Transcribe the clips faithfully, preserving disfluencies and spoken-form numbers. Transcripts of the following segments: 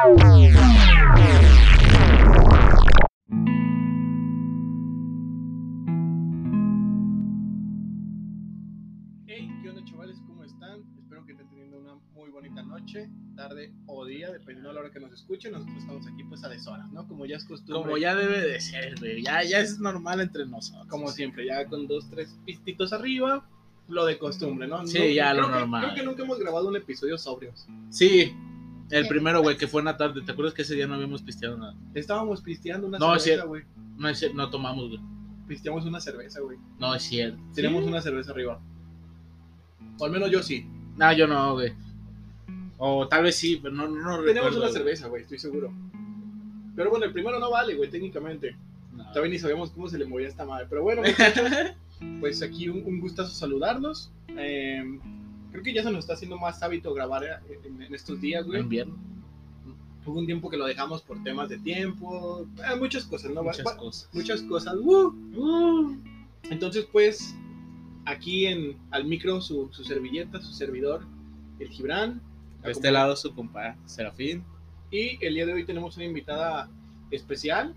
Hey, ¿qué onda, chavales? ¿Cómo están? Espero que estén teniendo una muy bonita noche, tarde o día, dependiendo de la hora que nos escuchen. Nosotros estamos aquí pues a deshoras, ¿no? Como ya es costumbre. Como ya debe de ser, güey. Ya, ya es normal entre nosotros. Como siempre, ya con dos, tres pistitos arriba, lo de costumbre, ¿no? Sí, no, ya creo lo que, normal. Creo que nunca hemos grabado un episodio sobrios. Sí, el primero, güey, que fue en la tarde. ¿Te acuerdas que ese día no habíamos pisteado nada? Estábamos pisteando una No, cerveza, sí. güey. No, es cier- no tomamos, güey. Pisteamos una cerveza, güey. No, es cierto. Tenemos ¿Sí? una cerveza arriba. O al menos yo sí. No, yo no, güey. O tal vez sí, pero no, no, no Tenemos recuerdo, una güey. cerveza, güey, estoy seguro. Pero bueno, el primero no vale, güey, técnicamente. No. Todavía ni sabíamos cómo se le movía esta madre. Pero bueno, muchachos, pues aquí un, un gustazo saludarlos. Eh, creo que ya se nos está haciendo más hábito grabar eh, en, en estos días, güey. En invierno. Hubo un tiempo que lo dejamos por temas de tiempo, eh, muchas cosas, ¿no? Muchas Va- cosas. Muchas cosas. ¡Uh! ¡Uh! Entonces, pues, aquí en al micro su, su servilleta, su servidor, el Gibran. De este lado su compa Serafín. Y el día de hoy tenemos una invitada especial.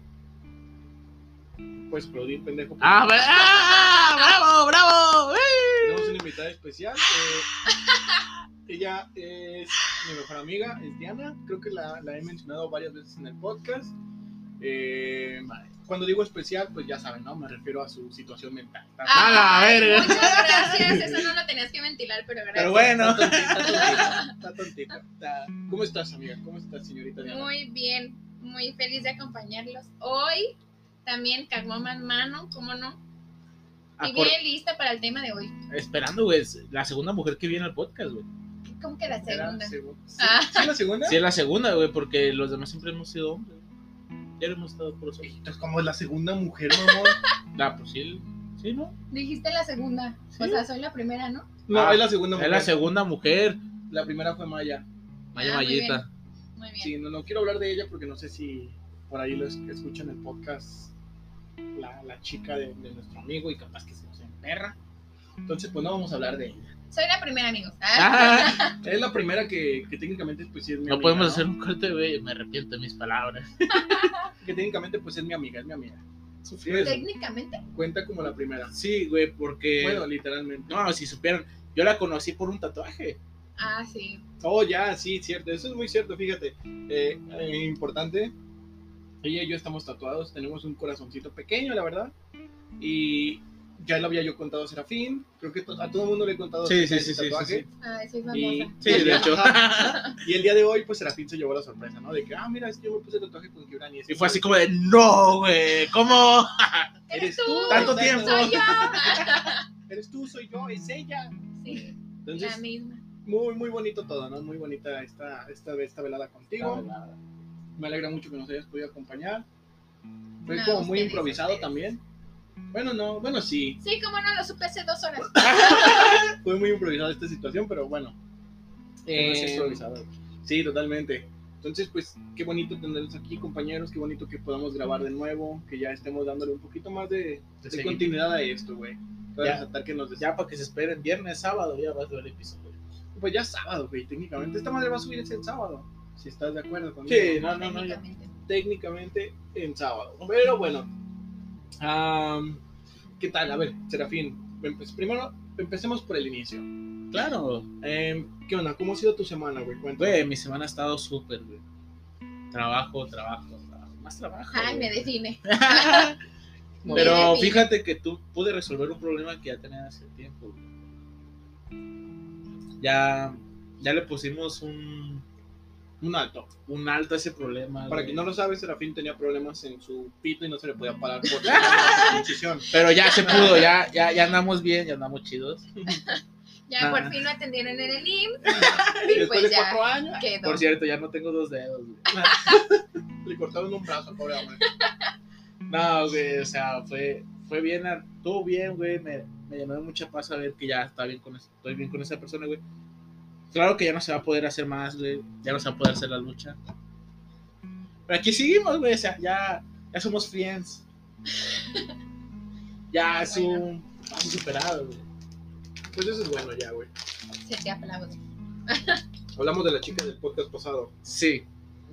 Pues, aplaudir, pendejo. ¡Ah, bra- ¡ah! ¡Bravo, bravo! ¡Uy! Tenemos una invitada especial. eh, ella es mi mejor amiga, es Diana. Creo que la, la he mencionado varias veces en el podcast. Eh, cuando digo especial, pues ya saben, ¿no? Me refiero a su situación mental. ¡A la verga! Muchas gracias, eso no lo tenías que ventilar, pero gracias. Pero bueno. Está tontita, está tontita, está tontita. Está- ¿Cómo estás, amiga? ¿Cómo estás, señorita Diana? Muy bien, muy feliz de acompañarlos. Hoy también Caguama en mano, ¿cómo no? Ah, Y por- bien lista para el tema de hoy. Esperando, güey. es La segunda mujer que viene al podcast, güey. ¿Cómo que la ¿Era segunda? segu- ¿Sí? Ah. ¿Sí, la segunda? Sí, es la segunda, güey, porque los demás siempre hemos sido hombres. Ya hemos estado por eso. Entonces, ¿cómo es la segunda mujer, mamón? Ah, pues sí. Sí, ¿no? Dijiste la segunda, Sí. o sea, soy la primera, ¿no? No, Ah, es la segunda Es mujer. la segunda mujer. La primera fue Maya. Maya Ah, muy Mayita. Muy bien. Sí, no, no quiero hablar de ella porque no sé si por ahí los que escuchan el podcast, la, la chica de, de nuestro amigo, y capaz que se nos emperra. Entonces, pues no vamos a hablar de ella. Soy la primera, amigos. Ah, Es la primera que, que técnicamente pues sí es mi no amiga, podemos ¿no? hacer un corte, güey. Me arrepiento de mis palabras. Que técnicamente pues es mi amiga, es mi amiga. Sí, Técnicamente. cuenta como la primera. Sí, güey, porque. Bueno, literalmente. No, si supieran. Yo la conocí por un tatuaje. Ah, sí. Oh, ya, sí, cierto. Eso es muy cierto, fíjate. Eh, eh, importante. Ella y yo estamos tatuados, tenemos un corazoncito pequeño, la verdad. Y ya lo había yo contado a Serafín. Creo que to- a todo el mundo le he contado Sí, acerca sí, de sí, ese sí, tatuaje. sí, sí. Ay, soy Y, famosa. Sí, de hecho. y el día de hoy, pues Serafín se llevó la sorpresa, ¿no? De que, ah, mira, es que yo me puse tatuaje con Gibran. Y, Y fue así como de, no, güey. ¿Cómo? ¿Eres tú? tú? Tanto Exacto. tiempo. Soy yo. Eres tú, soy yo, es ella. Sí, Entonces, la misma. muy, muy bonito todo, ¿no? Muy bonita esta, esta, esta velada contigo. Me alegra mucho que nos hayas podido acompañar. Fue No, como muy ustedes, improvisado ustedes. también. Bueno, no, bueno, sí. Sí, como no, lo supe hace dos horas. Fue muy improvisada esta situación, pero bueno. Eh, Eh, improvisado. Sí, totalmente. Entonces, pues, qué bonito tenerlos aquí, compañeros. Qué bonito que podamos grabar de nuevo. Que ya estemos dándole un poquito más de, de seguimiento. continuidad a esto, güey. Para Ya. resaltar que nos des- Ya para que se esperen viernes, sábado, ya vas a ver el episodio. Pues ya es sábado, güey. Técnicamente, esta madre va a subir el sábado. Si estás de acuerdo conmigo. Sí, no, no, no. ya. Técnicamente. Técnicamente en sábado. Pero bueno. am, ¿Qué tal? A ver, Serafín. empe- Primero, empecemos por el inicio. Claro. Em, ¿Qué onda? ¿Cómo ha sido tu semana, güey? Cuéntame. Güey, mi semana ha estado súper, güey. Trabajo, trabajo, trabajo. Más trabajo. Ay, güey. me define. No, Pero Me define. fíjate que tú pude resolver un problema que ya tenía hace tiempo, güey. Ya, ya le pusimos un, un alto. un alto a ese problema. Para güey. quien no lo sabe, Serafín tenía problemas en su pito y no se le podía parar por la circuncisión. Pero ya se pudo, ya, ya, ya andamos bien, ya andamos chidos. Ya Ah. por fin lo atendieron en el I M S S. Y Después pues de ya cuatro años, quedó. Por cierto, ya no tengo dos dedos, güey. le cortaron un brazo al pobre hombre. No, güey, o sea, fue, fue bien, estuvo bien, güey. Me, me llenó de mucha paz saber que ya está bien con, es- estoy bien con esa persona, güey. Claro que ya no se va a poder hacer más, güey. Ya no se va a poder hacer la lucha. Pero aquí seguimos, güey. O sea, ya, ya somos friends. Ya es un paso superado, güey. Pues eso es bueno ya, güey. Se te aplaude. Hablamos de la chica del podcast pasado. Sí.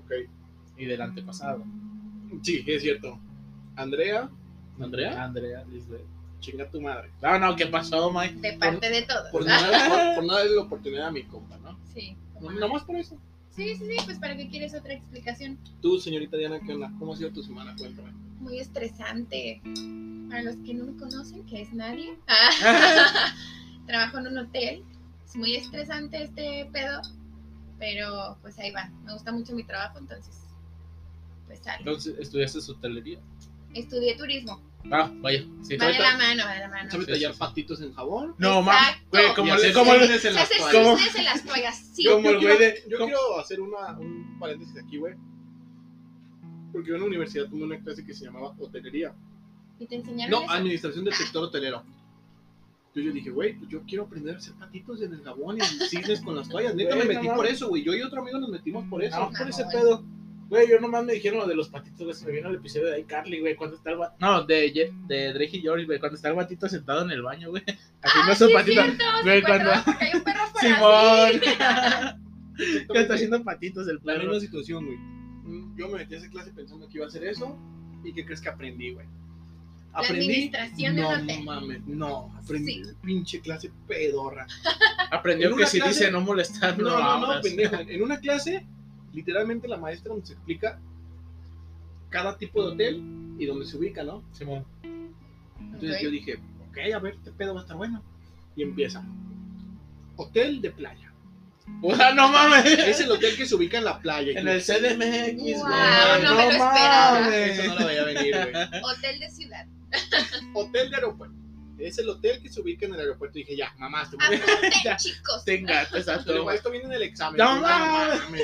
Ok. y del antepasado. Sí, es cierto. Andrea, ¿Andrea? Andrea, dice. Chinga tu madre. No, no, ¿qué pasó, Mike? De parte de todos. Por nada, por, por nada es la oportunidad a mi compa, ¿no? Sí. No, como no. nomás por eso. Sí, sí, sí, pues ¿para qué quieres otra explicación? Tú, señorita Diana, ¿qué onda? ¿Cómo ha sido tu semana? Cuéntame. Muy estresante. Para los que no me conocen, que es nadie. Ah, trabajo en un hotel. Es muy estresante este pedo. Pero pues ahí va. Me gusta mucho mi trabajo, entonces pues sale. Entonces, ¿estudiaste hotelería? Estudié turismo. Ah, vaya. Sí, Va de ahorita- la mano, va de la mano. ¿Sabes Sí, tallar sí, sí. patitos en jabón? No, mames. Exacto. Güey, como, Y el- hacer como el- cisnes en Se las hace toallas. cisnes en las toallas, sí. Como el Yo güey quiero, de. yo como- quiero hacer una, un paréntesis aquí, güey. Porque yo en la universidad tuve una clase que se llamaba hotelería. ¿Y te enseñaron No, eso? administración del sector hotelero. Entonces yo dije, güey, pues yo quiero aprender a hacer patitos en el jabón y cisnes con las toallas. Neta, Güey, me no metí mames. por eso, güey. Yo y otro amigo nos metimos por eso. No, por ese Mamón. pedo. Güey, yo nomás me dijeron lo de los patitos, güey. Se me vino el episodio de iCarly, güey. Cuando está el va- No, de, Je- de Drake y George, güey. Cuando está el batito sentado en el baño, güey. Haciendo Ah, su sí, es patito. cierto, se Güey, encuentra cuando- porque hay un perro por Simón. Exactamente. Que está haciendo patitos el La perro. misma situación, güey. Mm, Yo me metí a esa clase pensando que iba a hacer eso. ¿Y qué crees que aprendí, güey? administración de no un hotel. mames, no, aprendí Sí. pinche clase pedorra. Aprendió En que una si clase- dice no molestar, No, no, no, abras. pendejo. En una clase, literalmente la maestra nos explica cada tipo de hotel y dónde se ubica, ¿no? Simón. Entonces Ok. yo dije, ok, a ver, este pedo va a estar bueno. Y empieza. Hotel de playa. O sea, no mames. Es el hotel que se ubica en la playa. En el C D M X, Wow, güey. no me lo esperaba. mames. Eso no lo veía venir, güey. Hotel de ciudad. Hotel de aeropuerto. Es el hotel que se ubica en el aeropuerto. Y dije, ya, mamaste. güey. Apunten, chicos. Tenga, exacto. Pero esto viene en el examen. No Entonces, mames.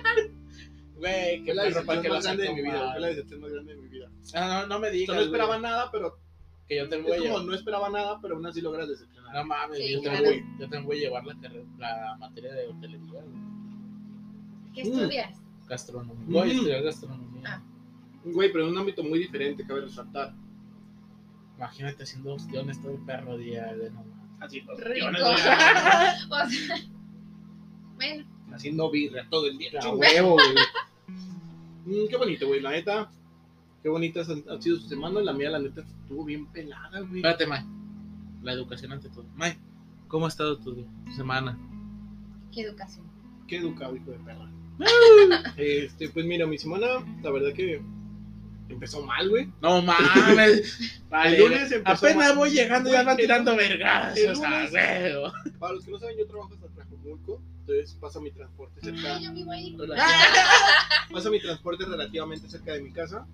Güey, Fue qué la perro para decepción que lo más grande de sacó mi vida. mal. Fue la decepción más grande de mi vida. Ah, no, no me O digas. sea, no esperaba güey, nada, pero que yo te es voy a como llevar. no esperaba nada, pero aún así logras decepcionar. No mames, Sí, yo, te claro. voy, yo también voy a llevar la, carrera, la materia de hotelería, güey. ¿Qué Mm. estudias? Gastronomía. Voy a Mm. estudiar gastronomía. Ah. Güey, pero en un ámbito muy diferente, cabe resaltar. Imagínate haciendo ostiones todo el perro día, güey, no mames. Haciendo, Rico. guiones, O sea, bueno, haciendo birria todo el día. A Chinga. huevo, güey. Mm, qué bonito, güey, la neta. Qué bonitas han, han sido sus semanas. La mía, la neta, estuvo bien pelada, güey. Espérate, May. La educación ante todo. May, ¿cómo ha estado tu, día, tu semana? qué educación. Qué educado, hijo de perra. este, pues mira, mi semana, la verdad que empezó mal, güey. No mames. Vale, El lunes empezó apenas mal. voy llegando y Güey, ya van el tirando lunes- vergas. el O sea, lunes- güey. Para los que no saben, yo trabajo hasta Tlajomulco, entonces pasa mi transporte cerca. Ay, yo vivo ahí. Pasa mi transporte relativamente cerca de mi casa.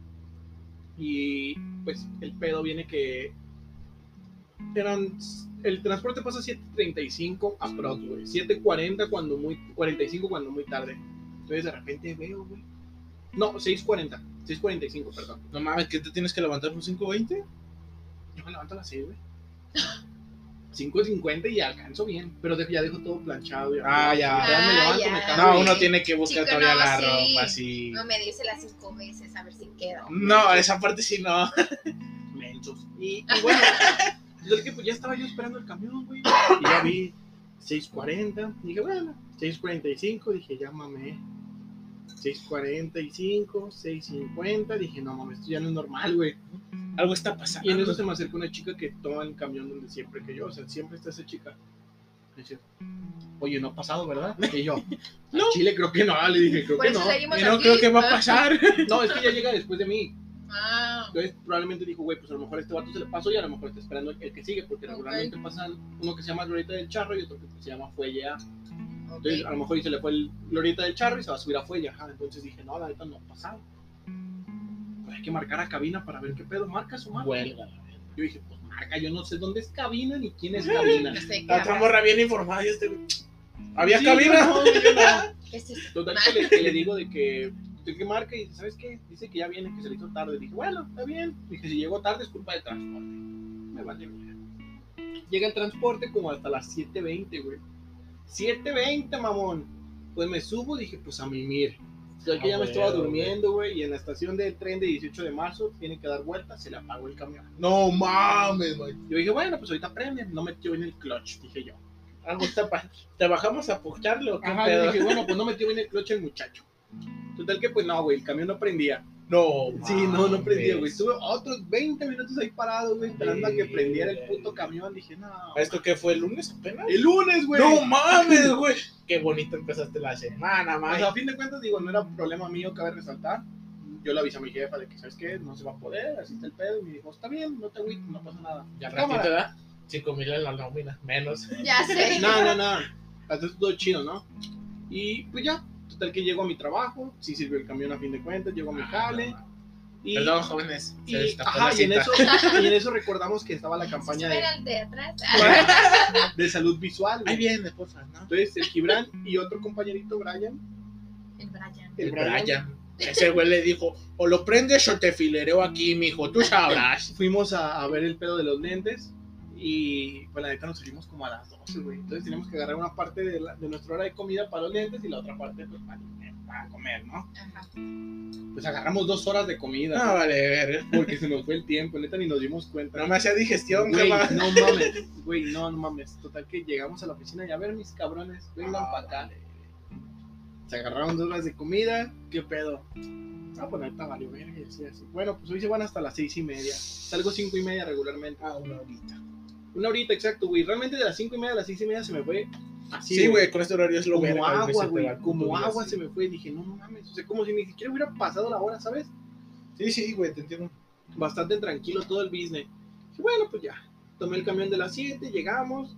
Y pues el pedo viene que eran el transporte pasa siete treinta y cinco aprox, güey. siete cuarenta cuando muy cuarenta y cinco cuando muy tarde. Entonces de repente veo, güey. No, seis cuarenta, seis cuarenta y cinco, perdón. No mames, ¿qué te tienes que levantar por cinco veinte? Yo me levanto a las seis, güey. cinco cincuenta y alcanzo bien, pero de- ya dejo todo planchado. Ya, Ah, ya. Literal, me Ah, levanto, ya. me cambio No, y- uno tiene que buscar Chico, todavía no, la sí. ropa así. No me dice las cinco veces a ver si quedo. No, esa parte sí no. mensos. Y, y bueno, yo que pues ya estaba yo esperando el camión, güey. Y ya vi seis cuarenta. Dije, bueno, seis cuarenta y cinco. Dije, ya mamé. seis cuarenta y cinco, seis cincuenta. Dije, no mames, esto ya no es normal, güey. Algo está pasando. Y en eso se me acerca una chica que toma el camión donde siempre que yo. O sea, siempre está esa chica. Me dice, oye, no ha pasado, ¿verdad? Y yo, No. no. Chile, creo que no. Le dije, creo Por que eso no. seguimos Y no aquí. creo que va a Ah. pasar. No, es que ella llega después de mí. Ah, Entonces probablemente dijo, güey, pues a lo mejor este vato se le pasó y a lo mejor está esperando el que sigue, porque Ok. regularmente pasan uno que se llama Glorieta del Charro y otro que se llama Fuelle A. ok. Entonces a lo mejor y se le fue el Glorieta del Charro y se va a subir a Fuelle. Ajá. Entonces dije, no, la neta no ha pasado. Pues hay que marcar a cabina para ver qué pedo, marcas o marca. Huelga. Yo dije, pues marca, yo no sé dónde es cabina ni quién es cabina. No sé qué La otra hablas. morra bien informada y este güey. ¿Había Sí, cabina? no, güey, yo no. ¿Qué es eso? Total que le, que le digo de que, de que marca y dice, ¿sabes qué? Dice que ya viene, que se le hizo tarde. Dije, bueno, está bien. Dije, si llegó tarde es culpa del transporte. Me vale bien. Llega el transporte como hasta las siete veinte, güey. siete veinte, mamón. Pues me subo, dije, pues a mimir. O sea, que Ah, ya me estaba güey, durmiendo, güey. Y en la estación del tren de dieciocho de marzo tiene que dar vueltas, se le apagó el camión. No mames, güey. Yo dije, bueno, pues ahorita prende. No metió bien el clutch, dije yo. Algo está pasando. ¿Te bajamos a pucharle o qué Ajá, pedo? yo dije, bueno, pues no metió bien el clutch el muchacho. Entonces Total que pues no, güey, el camión no prendía. No, Sí, no, no prendía, güey. mames. Estuve otros veinte minutos ahí parado, güey, esperando a que prendiera el puto camión. Dije, no. ¿Esto qué fue, el lunes apenas? El lunes, güey. No mames, güey. Qué bonito empezaste la semana, O man. sea, a fin de cuentas, digo, no era problema mío, cabe resaltar. Yo le avisé a mi jefa de que, ¿sabes qué? No se va a poder, así está el pedo. Y me dijo, está bien, no te agüites, no pasa nada. Ya al Cámara. ratito, ¿verdad? cinco mil en la nómina, menos. Ya sé. No, no, no. Entonces todo chido, ¿no? Y pues ya, total que llego a mi trabajo, sí sirvió el camión a fin de cuentas, llego a mi jale. Y, Perdón, jóvenes. y, Se destapó ajá, la y, en cinta. eso, y en eso recordamos que estaba la Si campaña sube de, al de atrás. de salud visual. Ahí güey. viene, porfa, ¿no? Entonces el Gibran y otro compañerito, Brian, El Brian. el El Brian, Brian. Ese güey le dijo, o lo prendes o te filereo aquí, mijo, tú sabrás. fuimos a, a ver el pedo de los lentes y pues la neta nos salimos como a las doce, güey. Entonces teníamos que agarrar una parte de, la, de nuestra hora de comida para los lentes y la otra parte pues para, para comer, ¿no? Ajá. Pues agarramos dos horas de comida. No, vale, verga. Porque se nos fue el tiempo, neta ni nos dimos cuenta. No me hacía digestión, Güey, cabrón. no mames, güey, no, no mames. Total que llegamos a la oficina y a ver mis cabrones, vengan para acá. Se agarraron dos horas de comida, ¿qué pedo? Ah, pues neta valió verga y así, así. Bueno, pues hoy se van hasta las seis y media. Salgo cinco y media regularmente. Ah, una horita. Una horita, exacto, güey. Realmente de las cinco y media a las seis y media se me fue así. Sí, güey, con este horario es lo Como verga, agua, se te güey. va el Como puto día, agua sí. se me fue. Dije, no, no mames. O sea, como si ni siquiera hubiera pasado la hora, ¿sabes? Sí, sí, güey, te entiendo. Bastante tranquilo todo el business. Y bueno, pues ya. Tomé el camión de las siete, llegamos.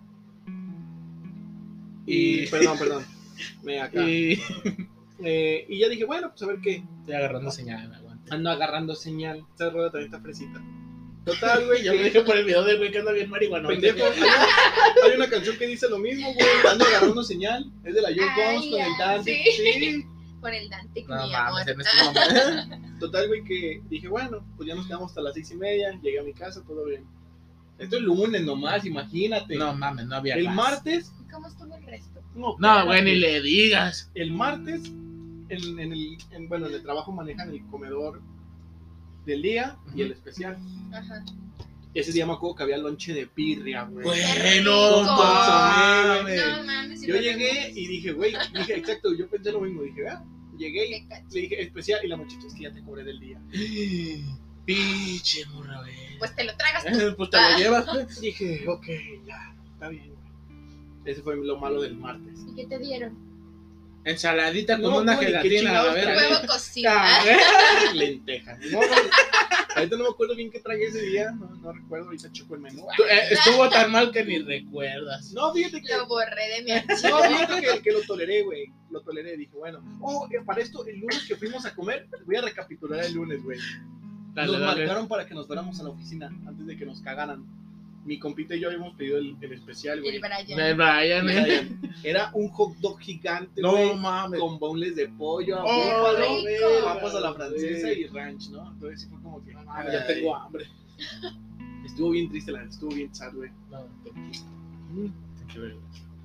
Y, Y- perdón, perdón. Me acá. Y Eh, y ya dije, bueno, pues a ver qué. estoy agarrando señal, aguante. Ando agarrando señal. Esta rueda también está fresita. Total, güey. Yo me que- dije por el video del güey que anda bien marihuana. Pendejo, hay, hay una canción que dice lo mismo, güey. Ando agarrando señal. Es de la Joe Ay, Bones con el ya, Dante. sí. Sí. Por el Dante, No mi amor. mames, en este momento. Total, güey, que dije, bueno, pues ya nos quedamos hasta las seis y media. Llegué a mi casa, todo bien. Esto es lunes nomás, imagínate. No mames, no había el gas. martes. ¿Cómo estuvo el resto? No, No, güey, espérate. ni le digas. El martes, en, en el, en, bueno, en el trabajo manejan el comedor del día y el especial. Ajá. Ese día me acuerdo que había lonche de birria, güey. Bueno, rico. mames. No mames. sí Yo lo llegué tenemos. y dije, güey, dije, exacto, yo pensé lo mismo, dije, ah, llegué y Qué cacho. le dije especial y la muchacha es que ya te cobré del día. Pinche morra, güey. Pues te lo tragas tú. Eh, Pues te lo llevas, güey. Dije, ok, ya, está bien, güey. Ese fue lo malo del martes. ¿Y qué te dieron? Ensaladita con No, una güey, qué gelatina, a chingados ver. trae. Huevo cocido. Ah, ¿eh? ¿eh? Lentejas. No, no, ahorita no me acuerdo bien qué traía ese día, no, no recuerdo, ahorita checo el menú. Tú, eh, Estuvo tan mal que ni recuerdas. No, fíjate que... Lo borré de mi No, archivo. fíjate que, que lo toleré, güey. Lo toleré. Dije, bueno. Oh, eh, para esto, el lunes que fuimos a comer, voy a recapitular el lunes, güey. Dale, Nos dale. marcaron para que nos fuéramos a la oficina antes de que nos cagaran. Mi compita y yo habíamos pedido el, el especial, güey. El Brian. Me vayan, eh. Era un hot dog gigante, No güey. mames. Con boneless de pollo, Oh, búfalo, rico. güey, papas a la francesa güey. y ranch, ¿no? Entonces sí fue como que. Ah, ay, ya tengo hambre. Estuvo bien triste, la neta, estuvo bien sad, güey. No, te Mm. qué verga.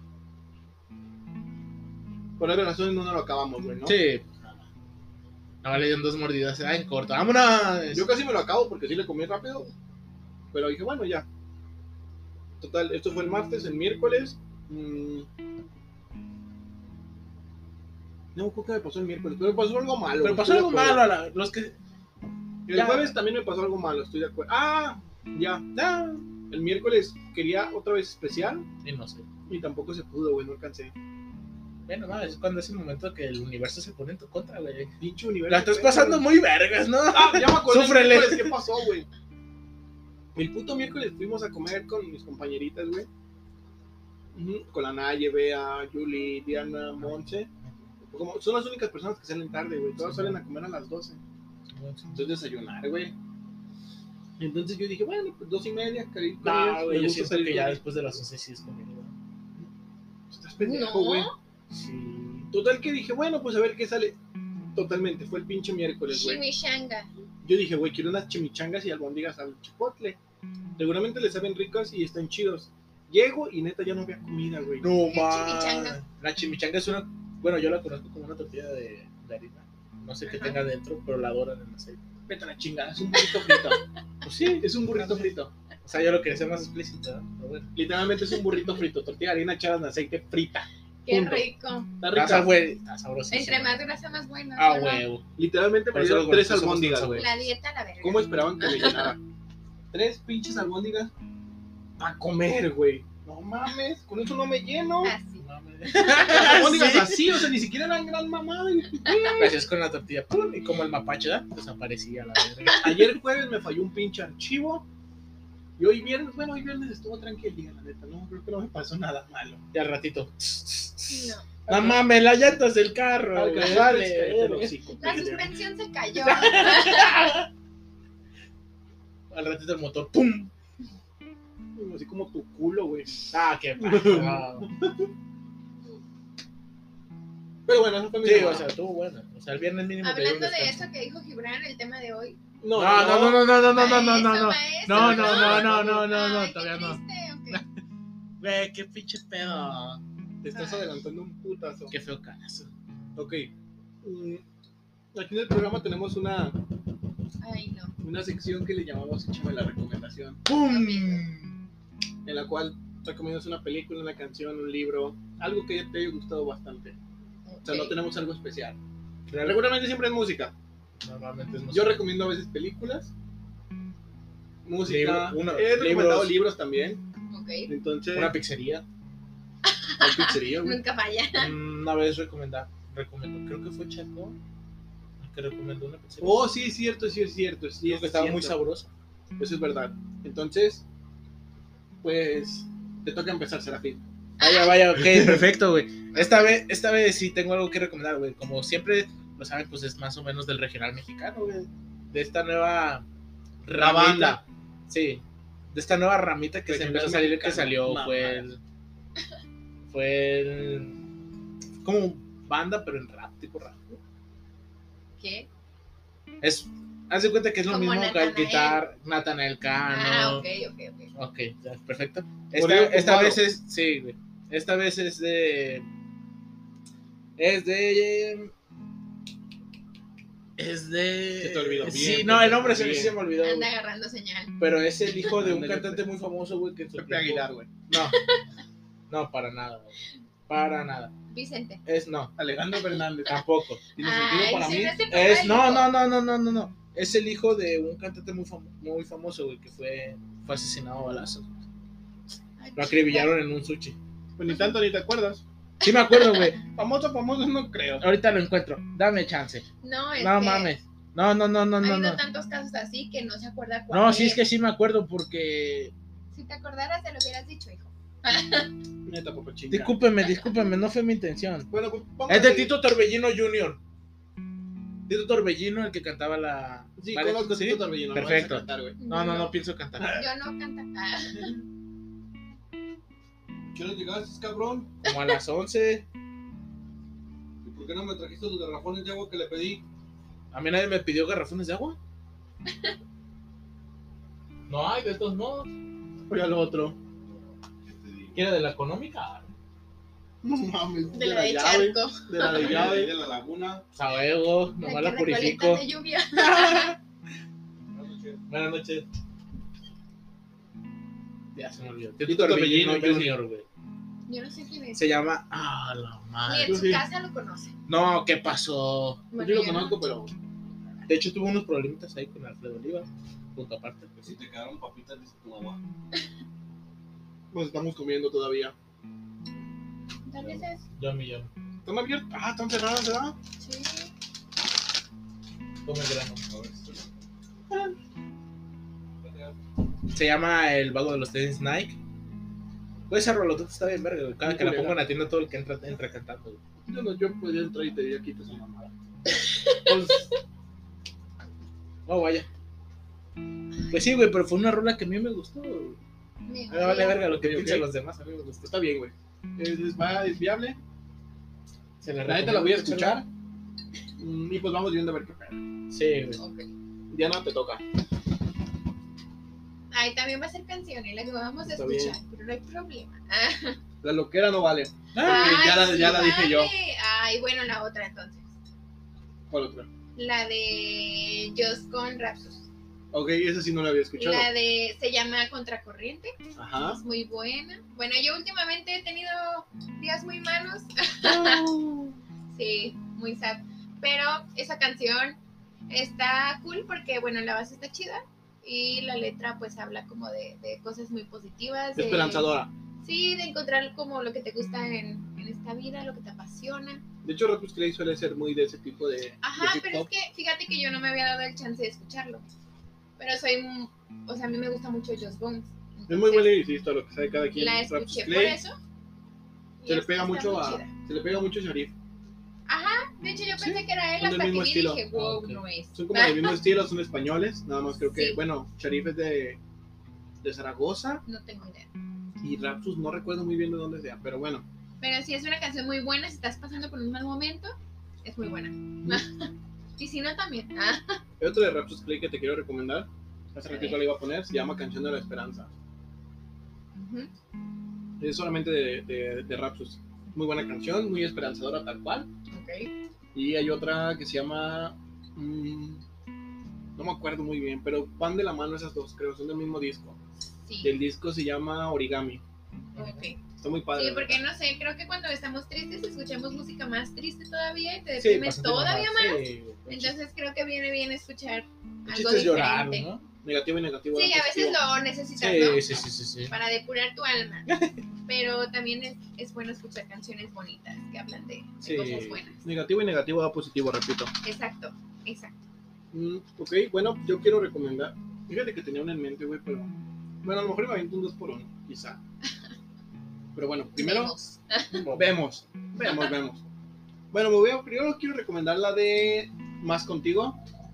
Por varias razones no nos lo acabamos, güey, ¿no? Sí. Ahora le dieron dos mordidas. Ah, en corto. ¡Vámonos! Yo casi me lo acabo porque sí le comí rápido. Pero dije, bueno, ya. Total, esto fue el martes, el miércoles. Mmm, no me acuerdo qué me pasó el miércoles, pero me pasó algo malo. Pero güey, pasó estoy algo de acuerdo. malo a la- los que. El ya. jueves también me pasó algo malo, estoy de acuerdo. Ah, ya. No. El miércoles quería otra vez especial Y no sé. y tampoco se pudo, güey, no alcancé. Bueno, no, es cuando es el momento que el universo se pone en tu contra, güey. Pinche universo. La estás pasando muy vergas, ¿no? Ah, ya me acuerdo. el Súfrele. miércoles, ¿qué pasó, güey? El puto miércoles fuimos a comer con mis compañeritas, güey. Ujú, con la Naye, Bea, Julie, Diana, Monse. Como, son las únicas personas que salen tarde, güey. Todas salen a comer a las doce. Entonces desayunar, güey. Entonces yo dije, bueno, pues dos y media, cari- con ellas, No, güey, me yo gusta siento salir que con ya ellas. después de las once sí es conmigo. Estás pendejo, No. güey. Sí. Total que dije, bueno, pues a ver qué sale. Totalmente, fue el pinche miércoles, güey. Chimichanga. Yo dije, güey, quiero unas chimichangas y albóndigas al chipotle. Seguramente les saben ricas y están chidos. Llego y neta ya no había comida, güey. No, ¿Qué man. chimichanga? La chimichanga es una. Bueno, yo la conozco como una tortilla de, de harina. No sé qué Ajá. tenga dentro, pero la adoran en aceite. Vete a la chingada, es un burrito frito. Pues sí, Es un burrito frito. o sea, yo lo quería hacer más explícito, ¿no? Pero bueno. Literalmente es un burrito frito. Tortilla de harina echada en aceite frita. Qué Punto. rico. Está Está, rica. güey, está sabrosísimo. Entre más grasa, más bueno. Ah, ¿no? huevo. Literalmente me Por eso dieron los tres gorditos somos albóndigas, tan güey. La dieta, la verga. ¿Cómo esperaban que me llenara? Tres pinches albóndigas para comer, güey. No mames, con eso no me lleno. Así. Las albóndigas Sí. así, o sea, ni siquiera eran gran mamada. Gracias con la tortilla. ¡Pum! Y como el mapache, ¿verdad? Desaparecía la verga. Ayer jueves me falló un pinche archivo. Y hoy viernes, bueno, hoy viernes estuvo tranquilidad, la neta. No, creo que no me pasó nada malo. Y al ratito. No. No mames, las llantas del carro. Al güey, caer, Vale. este, el hocico, La pendejo. suspensión se cayó. Al ratito el motor. ¡Pum! Así como tu culo, güey. Ah, qué paja. Pero bueno, eso fue mi Sí, semana. o sea, estuvo bueno. O sea, el viernes mínimo te dio un Hablando de descanso. eso que dijo Gibran, el tema de hoy. No, No, no, no, no, no, no, no, no, no, no. Maestro, No, maestro, no, no, no, no, no, no, Ay, todavía qué no. triste, ok. Güey, qué pinche pedo. Te estás adelantando un putazo. Qué feo carazo. Ok. Mm, Aquí en el programa tenemos una, Ay, no. una sección que le llamamos Échame la recomendación. ¡Pum! En la cual recomiendas una película, una canción, un libro, algo que te haya gustado bastante. O sea, no Ok. tenemos algo especial. Regularmente siempre es música. Normalmente es Yo música. recomiendo a veces películas, música. Libro- uno- He recomendado libros. libros también. Ok. Entonces, Una pizzería. hay pizzería, güey. Nunca falla. Una vez recomendar, recomendó, creo que fue Chaco, el que recomendó una pizzería. Oh, sí, es cierto, sí, es cierto. Sí, Digo es que estaba muy cierto. sabroso. Eso es verdad. Entonces, pues, te toca empezar, Serafín. Vaya, vaya, ok, perfecto, güey. Esta vez, esta vez sí tengo algo que recomendar, güey. Como siempre lo saben, pues es más o menos del regional mexicano, güey. De esta nueva La banda. Sí, de esta nueva ramita que se Regional empezó a salir, que mexicano. salió, Mamadas. fue el. Fue el. Como banda, pero en rap, tipo rap. güey. ¿Qué? Es. Haz de cuenta que es lo Como mismo que el Natanael. guitar, Natanael Cano. Ah, ok, ok, ok. Ok, ya, perfecto. Corrido Esta, esta tumbado. vez es. Sí, güey. Esta vez es de. Es de. Es de. Se te olvidó bien, Sí, no, se el te nombre olvidó se, bien. se me olvidó. güey. Anda agarrando señal. Pero es el hijo de un Ándale, cantante pues. muy famoso, güey. Que en su Pepe tiempo- Aguilar, güey. No. No, para nada, güey. Para nada. Vicente. Es no, Alejandro Fernández. tampoco. ¿Tiene sentido Ay, para se mí? me hace papá Es, y no, hijo. no, no, no, no, no, no. Es el hijo de un cantante muy, famo- muy famoso, güey, que fue, fue asesinado a balazos. Ay, Lo acribillaron en un sushi. Pues ni tanto ni te acuerdas. Sí me acuerdo, güey. Famoso, famoso, no creo. Ahorita lo encuentro. Dame chance. No, es No que mames. No, no, no, no, ha no, habido no. tantos casos así que no se acuerda cuál No, sí es que sí me acuerdo porque... Si te acordaras, te lo hubieras dicho, hijo. Neta, papá chinga. Discúlpeme, discúlpeme, no fue mi intención. Bueno, pues vamos Es de a seguir. Tito Torbellino junior Tito Torbellino, el que cantaba la... Sí, ¿Vale? conozco a ¿Sí? Tito Torbellino. Perfecto. No, vas a cantar, güey. No, no, no pienso cantar. Yo no canto. Ah, ¿Qué hora llegaste, cabrón? Como a las once. ¿Y por qué no me trajiste los garrafones de agua que le pedí? A mí nadie me pidió garrafones de agua. No hay, de todos modos. Voy al otro. ¿Quiere de la económica? No mames. de la de llave. charco. De la de llave. de la laguna. Sabuego, nomás la que purifico. recolectan de lluvia. Buenas noches. Ya se me olvidó. Tito Tito Torbellino Torbellino, Junior, güey. Yo no sé quién es. Se llama. Ah, la Ni madre. en su sí. casa lo conoce. No, ¿qué pasó? Bueno, Yo lo ya no. conozco, pero. De hecho, tuvo unos problemitas ahí con Alfredo Oliva. Punto aparte. Pues, Si te quedaron papitas, dice tu mamá. Pues estamos comiendo todavía. Tal vez es. yo me llamo. ¿Están abiertos? Ah, están cerradas, ¿verdad? Sí. Come grano. A ver si Se llama El Vago de los Tenis Nike. Pues esa rolotota está bien verga, güey. Cada Muy que la culera. pongo en la tienda, todo el que entra, entra cantando, güey. Yo no, yo podría entrar y te diría quita esa mamada. Pues, Oh, vaya. Pues sí, güey, pero fue una rola que a mí me gustó, güey. Me Me vale odia. verga lo que Ok, ok. piensen los demás, a mí me gustó. está bien, güey. Es, es, va- es viable. Se la La neta la voy a recomiendo, escuchar. Mm, Y pues vamos viendo a ver qué pedo. Sí, güey. Ok. Diana, te toca. Ay, también va a ser canción y la que vamos a Está escuchar, pero no hay problema. Ah, La loquera no vale. Ah, ya la- sí ya la dije yo. vale. Ay, bueno, la otra entonces. ¿Cuál otra? La de Just con Rapsus. Ok, esa sí no la había escuchado. La de se llama Contracorriente, Ajá. es muy buena. Bueno, yo últimamente he tenido días muy malos. Sí, muy sad. Pero esa canción está cool porque, bueno, la base está chida y la letra pues habla como de, de cosas muy positivas. De, Esperanzadora. Sí, de encontrar como lo que te gusta en, en esta vida, lo que te apasiona. De hecho, Rapus Clay suele ser muy de ese tipo de, Ajá, de hip pero es hop. que fíjate que yo no me había dado el chance de escucharlo. Pero soy, m- o sea, a mí me gusta mucho Just Bones. Es muy buen liricista lo que sabe cada quien. La Rapus escuché por Clay eso. y se le es- pega está mucho muy a chida. se le pega mucho a Sharif. Ajá, de hecho yo Sí, pensé que era él son del hasta que mismo vi y estilo. dije, wow, Ah, ok. no es. Son como del mismo estilo, son españoles, nada más creo que, Sí. bueno, Sharif es de, de Zaragoza No tengo idea. y Rapsus no recuerdo muy bien de dónde sea, pero bueno. Pero sí es una canción muy buena, si estás pasando por un mal momento, es muy buena. Y si no, también. Ah, Hay otro de Rapsus Clay que te quiero recomendar, hace A ratito ver. le iba a poner, se llama Canción de la Esperanza. ujú. Es solamente de, de, de Rapsus. Muy buena canción, muy esperanzadora tal cual. Ok. Y hay otra que se llama... mm, no me acuerdo muy bien, pero van de la mano esas dos, creo, son del mismo disco. Sí. Y el disco se llama Origami. Ok. Está muy padre. Sí, la porque verdad. no sé, creo que cuando estamos tristes escuchamos música más triste todavía y te Sí, deprimes bastante todavía más. Sí, Entonces creo que viene bien escuchar el algo chiste es llorar, diferente. ¿no? Sí, Negativo y negativo. a positivo. veces lo necesitas, Sí, ¿no? sí, sí, sí, sí. Para depurar tu alma. Pero también es, es bueno escuchar canciones bonitas que hablan de, de Sí. cosas buenas. Negativo y negativo da positivo, repito. Exacto, exacto. Mm, ok, bueno, yo quiero recomendar. Fíjate que tenía una en mente, güey, pero. Bueno, a lo mejor me aviento un dos por uno, quizá. Pero bueno, primero. Vemos. Vemos, vemos, vemos. Bueno, me voy a, primero quiero recomendar la de Más Contigo,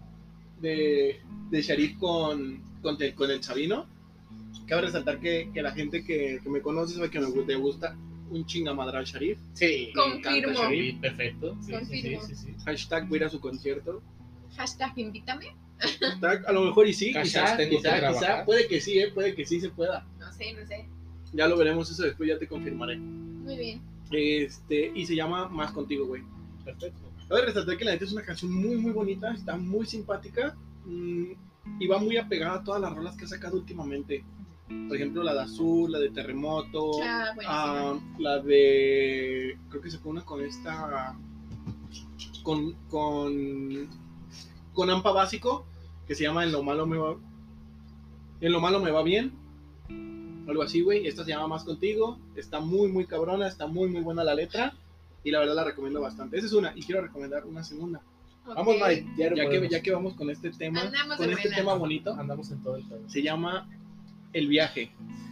de, de Sharif con, con, el, con el Sabino. Cabe resaltar que, que la gente que, que me conoce sabe que me gu- te gusta un chingamadral Sharif. Sí, Confirmo. me encanta Sharif, perfecto. Sí, sí, sí, Confirmo. sí, sí. Hashtag voy a ir a su concierto. Hashtag invítame. Hashtag, a lo mejor y sí, Hashtag quizá, tengo que quizá, trabajar. quizá, puede que sí, eh, puede que sí se pueda. No sé, no sé. Ya lo veremos eso después, ya te confirmaré. Muy bien. Este, y se llama Más Contigo, güey. Perfecto. Cabe resaltar que la neta es una canción muy, muy bonita, está muy simpática mm, y va muy apegada a todas las rolas que ha sacado últimamente. Por ejemplo, la de Azul, la de Terremoto, Ah, buenísima. ah, la de... Creo que sacó una con esta... Con... Con, con Ampa Básico, que se llama En lo malo me va... En lo malo me va bien. Algo así, güey. Esta se llama Más Contigo. Está muy, muy cabrona. Está muy, muy buena la letra. Y la verdad la recomiendo bastante. Esa es una. Y quiero recomendar una segunda. Ok. Vamos, Mike. Ya, Ya que, ya que vamos con este tema, Andamos con de este buenas. tema bonito, Andamos en todo el pedo. se llama El Viaje.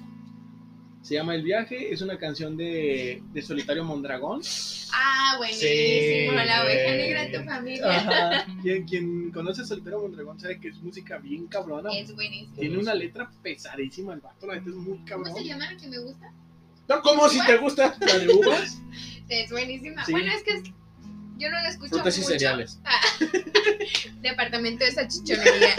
Se llama El Viaje. Es una canción de, de Solitario Mondragón. Ah, buenísimo. Sí, la oveja güey. negra de tu familia. Ajá. Quien, quien conoce a Solitario Mondragón sabe que es música bien cabrona. Es buenísimo. Tiene una letra pesadísima el vato. La neta es muy ¿Cómo cabrón. se llama la que me gusta? No, ¿cómo si te gusta? La de uvas. Es buenísima. Sí. Bueno, es que es- yo no la escucho Frutas y mucho. cereales. Ah, departamento de salchichonería.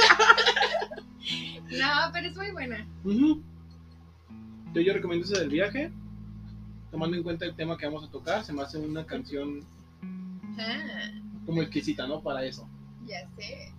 No, pero es muy buena. Ujú. Entonces yo recomiendo esa del Viaje. Tomando en cuenta el tema que vamos a tocar, se me hace una canción Ah, como exquisita, ¿no? Para eso. ya sé.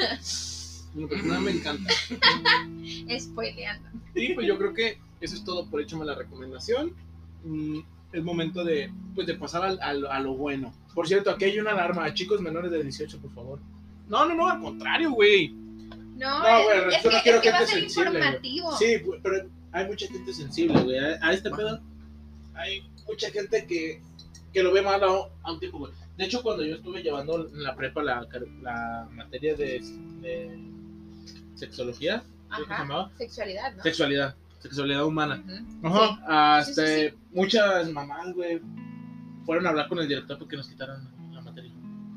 En lo personal me encanta. Spoileando. Y pues yo creo que eso es todo por hecho la recomendación. Mm, es momento de, pues, de pasar al- al- a lo bueno. Por cierto, aquí hay una alarma. Chicos menores de dieciocho, por favor. No, no, no, al contrario, güey. No, No, es, güey, es yo que, no quiero es que va a gente ser sensible, güey. informativo. Sí, güey, pero hay mucha gente sensible, güey. A, a este pedo hay mucha gente que, que lo ve mal a, un- a un tipo, güey. De hecho, cuando yo estuve llevando en la prepa la, car- la materia de, de sexología, ¿cómo se Ajá. llamaba? Sexualidad, ¿no? Sexualidad, sexualidad humana. Ujú. Ajá. Sí, Hasta sí, sí. muchas mamás, güey, fueron a hablar con el director porque nos quitaron la materia.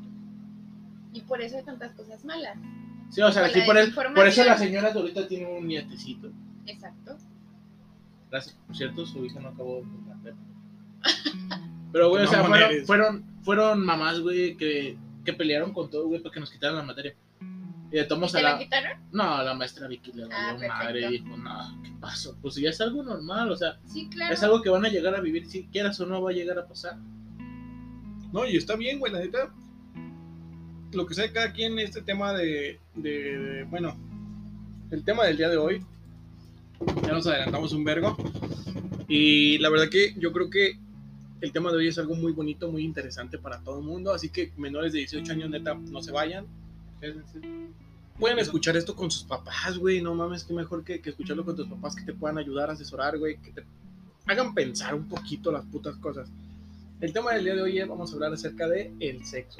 Y por eso hay tantas cosas malas. Sí, o sea, Con aquí la por, el, desinformación. por eso la señora de ahorita tiene un nietecito. Exacto. Gracias, por cierto, su hija no acabó de la prepa. Pero, güey, Qué o sea, mamón fueron, eres. fueron, fueron mamás, güey, que, que pelearon con todo, güey, para que nos quitaran la materia. Y de tomos ¿Y a te la la... quitaron? No, la maestra Vicky le Ah, valió madre y dijo, no, ¿qué pasó? Pues ya es algo normal, o sea, Sí, claro. es algo que van a llegar a vivir, si quieras o no va a llegar a pasar. No, y está bien, güey, la neta. Lo que sabe cada quien este tema de, de, de, bueno, el tema del día de hoy. Ya nos adelantamos un vergo. Y la verdad que yo creo que el tema de hoy es algo muy bonito, muy interesante para todo el mundo. Así que menores de dieciocho años, neta, no se vayan. Pueden escuchar esto con sus papás, güey. No mames, qué mejor que, que escucharlo con tus papás, que te puedan ayudar a asesorar, güey. Que te hagan pensar un poquito las putas cosas. El tema del día de hoy es, vamos a hablar acerca de el sexo.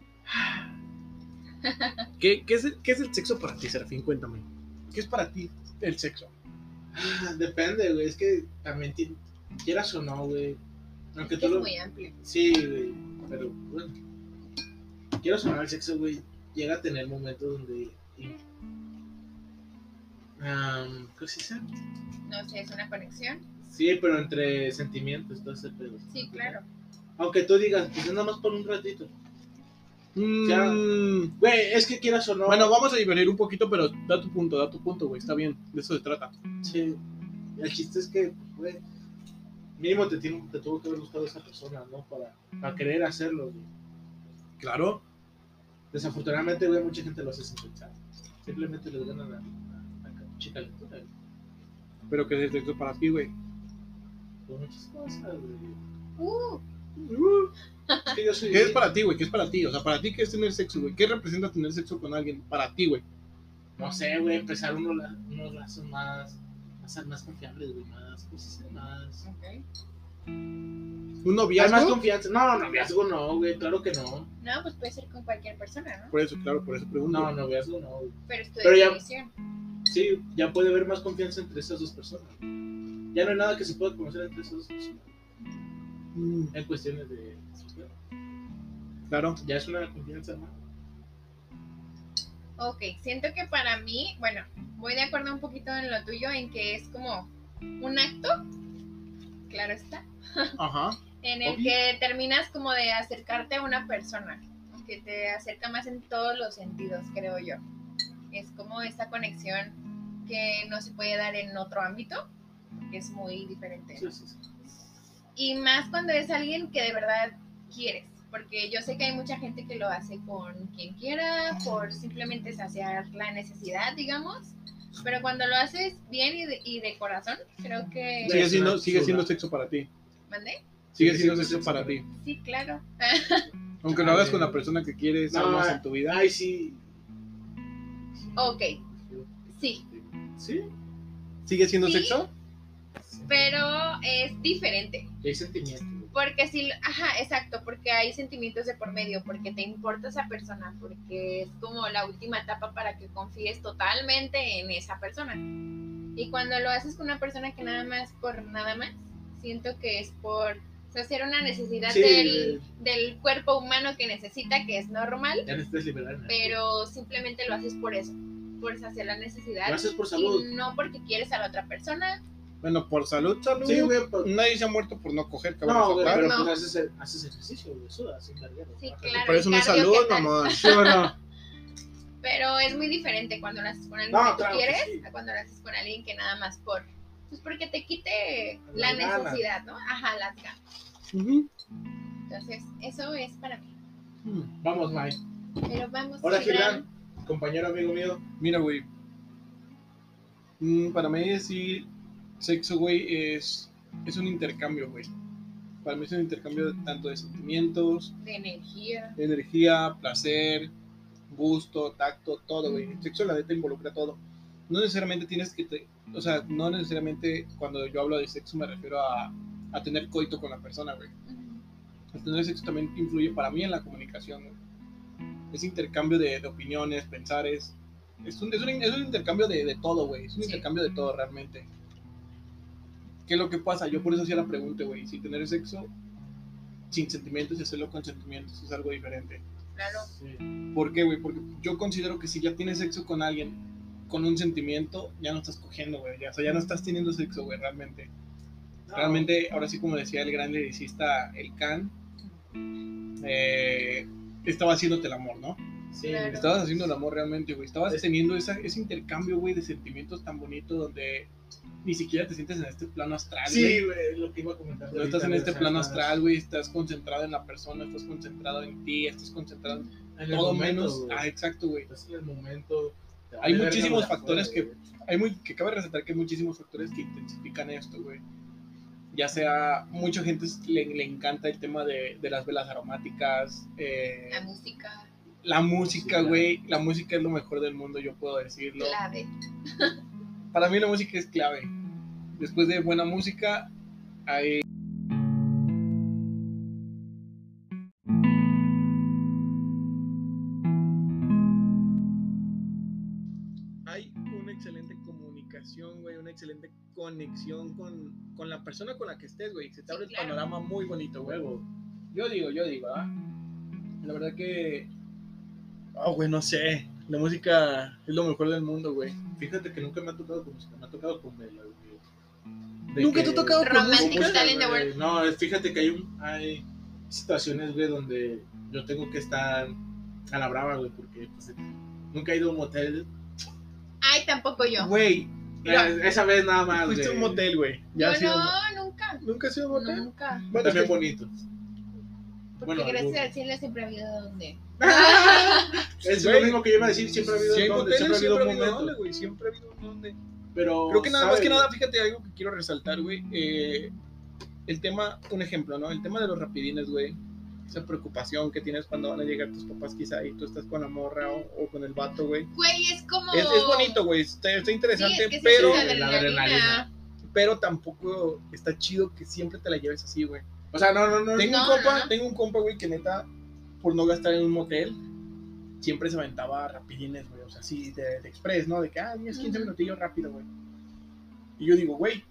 ¿Qué, qué, es el, ¿Qué es el sexo para ti, Serafín? Cuéntame. ¿Qué es para ti el sexo? Ah, depende, güey. Es que también ti- quieras o no, güey. Aunque Es tú que es lo... muy amplio. Sí, güey. Pero, bueno. Quieras o no, el sexo, güey, llega a tener momentos donde... Um, ¿Qué se dice? No sé, es una conexión. Sí, pero entre sentimientos, todo ese pedo. Sí, claro. Aunque tú digas, pues es nada más por un ratito. Mm, Ya. Güey, es que quieras o no... Bueno, vamos a diferir un poquito, pero da tu punto, da tu punto, güey. Está bien, de eso se trata. Sí. El chiste es que, güey, mínimo te, tiene, te tuvo que haber gustado esa persona, ¿no? Para, para querer hacerlo, güey. Claro. Desafortunadamente, güey, mucha gente lo hace sin pensar. Simplemente les gana la, la, la chica lectura, güey. Pero ¿qué es el sexo para ti, güey? Por muchas cosas, güey. Uh, Es que yo soy... ¿Qué es para ti, güey? ¿Qué es para ti? O sea, para ti, ¿qué es tener sexo, güey? ¿Qué representa tener sexo con alguien para ti, güey? No sé, güey, empezar uno la, unos lazos más... Más, más confiables, güey, más... Pues, más... ok. ¿Un Hay más noviazgo? confianza. No, noviazgo no, güey, claro que no. No, pues puede ser con cualquier persona, ¿no? Por eso, claro, por eso pregunto. No, noviazgo no, güey. Pero es tu Pero ya- definición. Sí, ya puede haber más confianza entre esas dos personas. Ya no hay nada que se pueda conocer entre esas dos personas. Mm, En cuestiones de... claro. Ya es una confianza más. Ok, siento que para mí, bueno, voy de acuerdo un poquito en lo tuyo, en que es como un acto, claro está, Ajá. en el Obvio. que terminas como de acercarte a una persona, que te acerca más en todos los sentidos, creo yo. Es como esta conexión que no se puede dar en otro ámbito, que es muy diferente, ¿no? Sí, sí, sí. Y más cuando es alguien que de verdad quieres, porque yo sé que hay mucha gente que lo hace con quien quiera, por simplemente saciar la necesidad, digamos, pero cuando lo haces bien y de, y de corazón, creo que... Sigue Es siendo, una sigue siendo chula. sexo para ti. ¿Mandé? Sigue Sí, siendo sí, sexo sí, para sí. ti. Sí, claro. Aunque lo hagas con la persona que quieres No, amas en tu vida. Ay, sí. Ok, sí, Sí. ¿Sigue siendo Sí. sexo? pero es diferente. Y hay sentimientos. güey. Porque sí, ajá, exacto, porque hay sentimientos de por medio, porque te importa esa persona, porque es como la última etapa para que confíes totalmente en esa persona. Y cuando lo haces con una persona que nada más por nada más, siento que es por saciar una necesidad Sí, del, del cuerpo humano que necesita, que es normal, Ya necesitas liberar energía. pero simplemente lo haces por eso, por saciar la necesidad. Lo haces por salud. Y no porque quieres a la otra persona. Bueno, por salud, salud. Sí, güey, por- Nadie se ha muerto por no coger, cabrón. No, eso, güey, claro. pero No. pues haces, haces ejercicio, güey, sudas, sin cargar. Sí, Bajas- claro. Por eso no es cardio, salud, ¿qué tal? mamá. ¿Sí o no? Pero es muy diferente cuando lo haces con alguien No, que tú claro que quieres sí. a cuando lo haces con alguien que nada más por... Pues porque te quite La la gana. necesidad, ¿no? Ajá, las ganas. Ujú. Entonces, eso es para mí. Mm. Vamos, Mike. Pero vamos, Hola, Gibran. Gibran, compañero amigo mío. Mira, güey. Mm, para mí decir sexo, güey, es, es un intercambio, güey. Para mí es un intercambio de- tanto de sentimientos, De energía. de energía, placer, gusto, tacto, todo, güey. El sexo, la neta, involucra todo. No necesariamente tienes que, te- o sea, no necesariamente cuando yo hablo de sexo me refiero a, a tener coito con la persona, güey. Ujú. El tener sexo también influye para mí en la comunicación, güey. Es intercambio de, de opiniones, pensares. Es un, es un, es un intercambio de, de todo, güey. Es un Sí. intercambio de todo realmente. ¿Qué es lo que pasa? Yo por eso hacía la pregunta, güey. Si tener sexo sin sentimientos y hacerlo con sentimientos es algo diferente. Claro. Sí. ¿Por qué, güey? Porque yo considero que si ya tienes sexo con alguien con un sentimiento, ya no estás cogiendo, güey. Ya, o sea, ya no estás teniendo sexo, güey, realmente. No. Realmente, ahora sí, como decía el gran lyricista, el Can, eh, estaba haciéndote el amor, ¿no? Sí, Claro. Estabas haciendo el amor realmente, güey. Estabas Es- teniendo esa, ese intercambio, güey, de sentimientos tan bonito donde ni siquiera te sientes en este plano astral, güey. sí, güey, lo que iba a comentar. No estás en este plano astral, güey. Estás concentrado en la persona, estás concentrado en ti, estás concentrado en En el todo momento, menos. güey. Ah, exacto, güey. Estás en el momento, Te Hay vale verga muchísimos lo de factores afuera, que- güey. hay muy, que cabe resaltar que hay muchísimos factores que intensifican esto, güey. Ya sea, mucha gente le, le encanta el tema de, de las velas aromáticas, eh, La música la música, Música. güey. La música es lo mejor del mundo, yo puedo decirlo. clave. Para mí la música es clave. Después de buena música, hay... hay una excelente comunicación, güey, una excelente conexión con, con la persona con la que estés, güey. Se te Sí, abre el claro. panorama muy bonito, güey. Yo digo, yo digo, ¿ah? La verdad que... Ah, güey, no sé. La música es lo mejor del mundo, güey. Fíjate que nunca me ha tocado con música, me ha tocado con vela, güey. De ¿Nunca que- te ha tocado con Romantic música? Style in the güey. World. No, es- fíjate que hay, un, hay situaciones, güey, donde yo tengo que estar a la brava, güey, porque pues, nunca he ido a un motel. Ay, tampoco yo. Güey, mira, Eh, Esa vez nada más, fuiste a güey. un motel, güey. Ya Yo has ido a un mo- no, nunca. ¿Nunca has ido a un motel? Nunca. Bueno, También es que- bonitos. Porque Bueno, gracias algunos. al cielo siempre ha habido donde. Es Güey, lo mismo que yo iba a decir, siempre ha habido Si hay donde, moteles, siempre ha habido un momento. dónde, güey. Siempre ha habido un dónde. Pero, Creo que nada más ¿sabes? que nada, fíjate algo que quiero resaltar, güey. Eh, el tema, un ejemplo, ¿no? El tema de los rapidines, güey. Esa preocupación que tienes cuando van a llegar tus papás, quizá, y tú estás con la morra o, o con el vato, güey. Güey, es como. Es, es bonito, güey. Está, está Sí, interesante, es que sí pero, sientes la adrenalina. adrenalina. pero tampoco está chido que siempre te la lleves así, güey. O sea, no, no, no. Tengo No, un compa, no, no. tengo un compa, güey, que neta, por no gastar en un motel, siempre se aventaba rapidines, güey. O sea, así de, de express, ¿no? De que, ah, diez, quince Ujú. minutillos rápido, güey. Y yo digo, güey,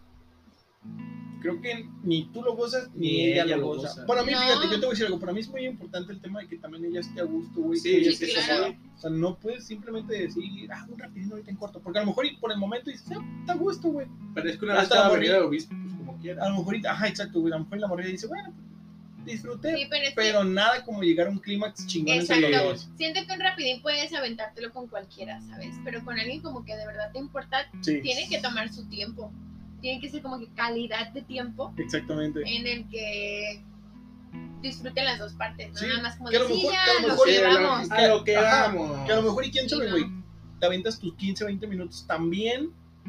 creo que ni tú lo gozas ni, Ni ella, ella lo lo goza. goza. Para mí, No. fíjate, yo te voy a decir algo. Para mí es muy importante el tema de que también ella esté a gusto, güey. Sí, que ella sí, esté claro. cómoda. O sea, no puedes simplemente decir, ah, un rapidín ahorita en corto. Porque a lo mejor y por el momento dices, ah, está a gusto, güey. Pero es que una vez Hasta estaba la venido morrilla. de obispo, pues como quiera. A lo mejor, y- ajá, exacto, güey. A lo mejor y la morrilla dice, bueno, disfruté. Sí, pero es que- Pero nada como llegar a un clímax chingón entre los Exacto. dos. Siento que un rapidín puedes aventártelo con cualquiera, ¿sabes? Pero con alguien como que de verdad te importa, Sí, tiene que tomar su tiempo. Tiene que ser como que calidad de tiempo exactamente. en el que disfruten las dos partes, no Sí, nada más como que a de lo sí, mejor- ya, que a lo nos mejor- Sí, a lo- llevamos. a lo que Ajá, vamos. Que a lo mejor, y quién Sí, sabe, no. güey, te aventas tus quince, veinte minutos también,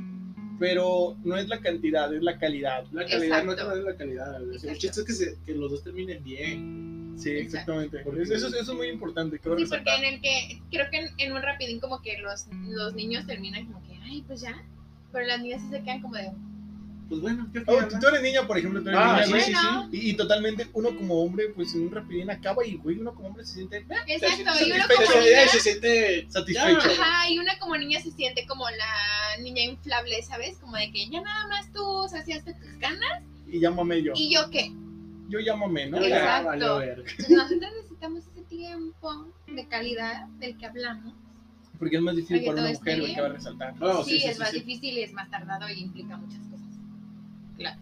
pero no es la cantidad, es la calidad. La calidad Exacto. no es la calidad. güey. Exacto. El chiste es que, se- que los dos terminen bien. Sí, Exacto. exactamente. Porque- Eso, eso, eso es muy importante. Quiero Sí, porque resaltar. en el que, creo que en, en un rapidín como que los, los niños terminan como que, ay, pues ya. Pero las niñas sí se quedan como de, Pues bueno, ¿qué Oh, fue, tú, no? tú eres niña, por ejemplo, tú eres Ah, niña, sí, güey. sí, Bueno. Y, y totalmente, uno como hombre, pues en un rapidín acaba y, güey, uno como hombre se siente eh, exacto, se- y uno satisfecho. como Se, niña, se siente satisfecho. ya. ajá, y una como niña se siente como la niña inflable, ¿sabes? Como de que ya nada más tú saciaste tus ganas, Y llámame yo. y yo qué. Yo llámame, ¿no? Ya, Exacto. valió verga. Entonces, nosotros necesitamos ese tiempo de calidad del que hablamos. Porque es más difícil Para que para una todo mujer, esté güey, que bien. va a resaltar. No, sí, sí, sí, es sí, más sí. difícil, es más tardado y implica muchas cosas. Claro.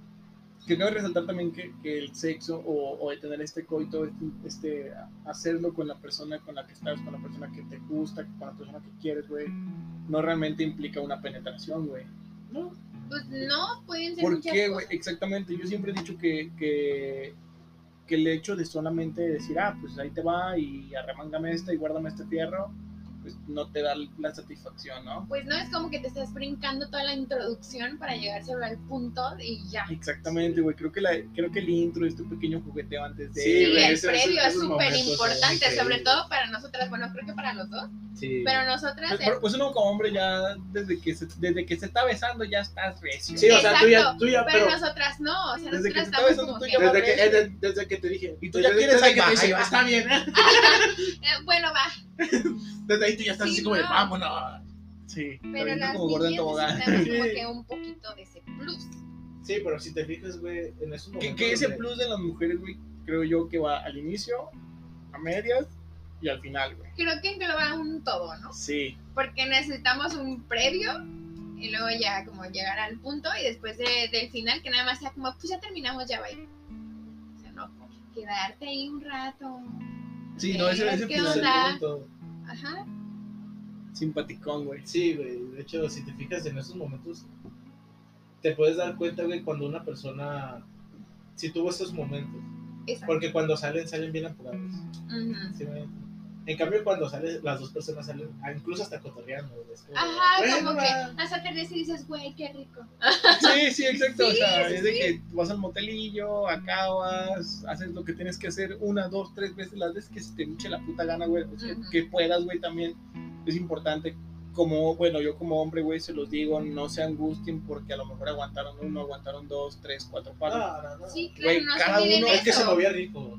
Que cabe resaltar también que, que el sexo o, o el tener este coito, este, este, hacerlo con la persona con la que estás, con la persona que te gusta, con la persona que quieres, güey, no realmente implica una penetración, güey. No, Pues no, pueden ser ¿Por muchas qué, güey? cosas. Exactamente. Yo siempre he dicho que, que, que el hecho de solamente decir, ah, pues ahí te va y arremángame esta y guárdame este fierro, pues no te da la satisfacción, ¿no? Pues no, es como que te estás brincando toda la introducción para llegar solo al punto y ya. Exactamente, güey. Creo que la, creo que el intro, este pequeño jugueteo antes de... Sí, Sí, güey, el ese- previo ese- es esos súper momentos son importante, sobre increíbles. todo para nosotras, bueno, creo que para los dos, sí. pero nosotras... Pues, el- pues uno como hombre ya, desde que se, desde que se está besando, ya estás recio. Sí, o sea, tú ya, Exacto, tú ya, pero, pero nosotras no, o sea, Desde que nosotras te estaba estamos besando, como tú que, ya vas desde que, recio. eh, de- desde que te dije. Y tú ya desde- quieres, desde ahí que va, te dije, ahí va. está bien, ¿eh? eh, bueno, va, Desde ahí tú ya estás Sí, así como de, no. vámonos. Sí, te pero avientas las como gorda en niñas tobogán. necesitamos como Sí. que un poquito de ese plus. Sí, pero si te fijas, güey, en esos Que, momentos. que ese donde- plus de las mujeres, güey, creo yo que va al inicio, a medias y al final, güey. Creo que engloba un todo, ¿no? Sí, Porque necesitamos un previo y luego ya como llegar al punto y después de- del final que nada más sea como, pues ya terminamos, ya va. O sea, no, como que quedarte ahí un rato. sí, no, ese, ver ese qué plus onda. es Todo. Ajá. simpaticón, güey. Sí, güey. De hecho, si te fijas en esos momentos, te puedes dar cuenta, güey, cuando una persona. Si tuvo esos momentos. Exacto. Porque cuando salen, salen bien apurados. Ujú. ¿Sí me- En cambio, cuando salen, las dos personas salen, ah, incluso hasta cotorreando. Es como, Ajá, bueno, como que va. hasta te ríes y dices, güey, qué rico. Sí, sí, exacto. Sí, o sea, sí, es de sí. que vas al motelillo, acabas, haces lo que tienes que hacer una, dos, tres veces, las veces que se te hinche la puta gana, güey. Pues que, Ujú. que puedas, güey, también es importante. Como, bueno, yo como hombre, güey, se los digo, no se angustien porque a lo mejor aguantaron uno, aguantaron dos, tres, cuatro palos. No, no, no. Sí, claro, Güey, no cada se miden uno Es que se eso. movía rico.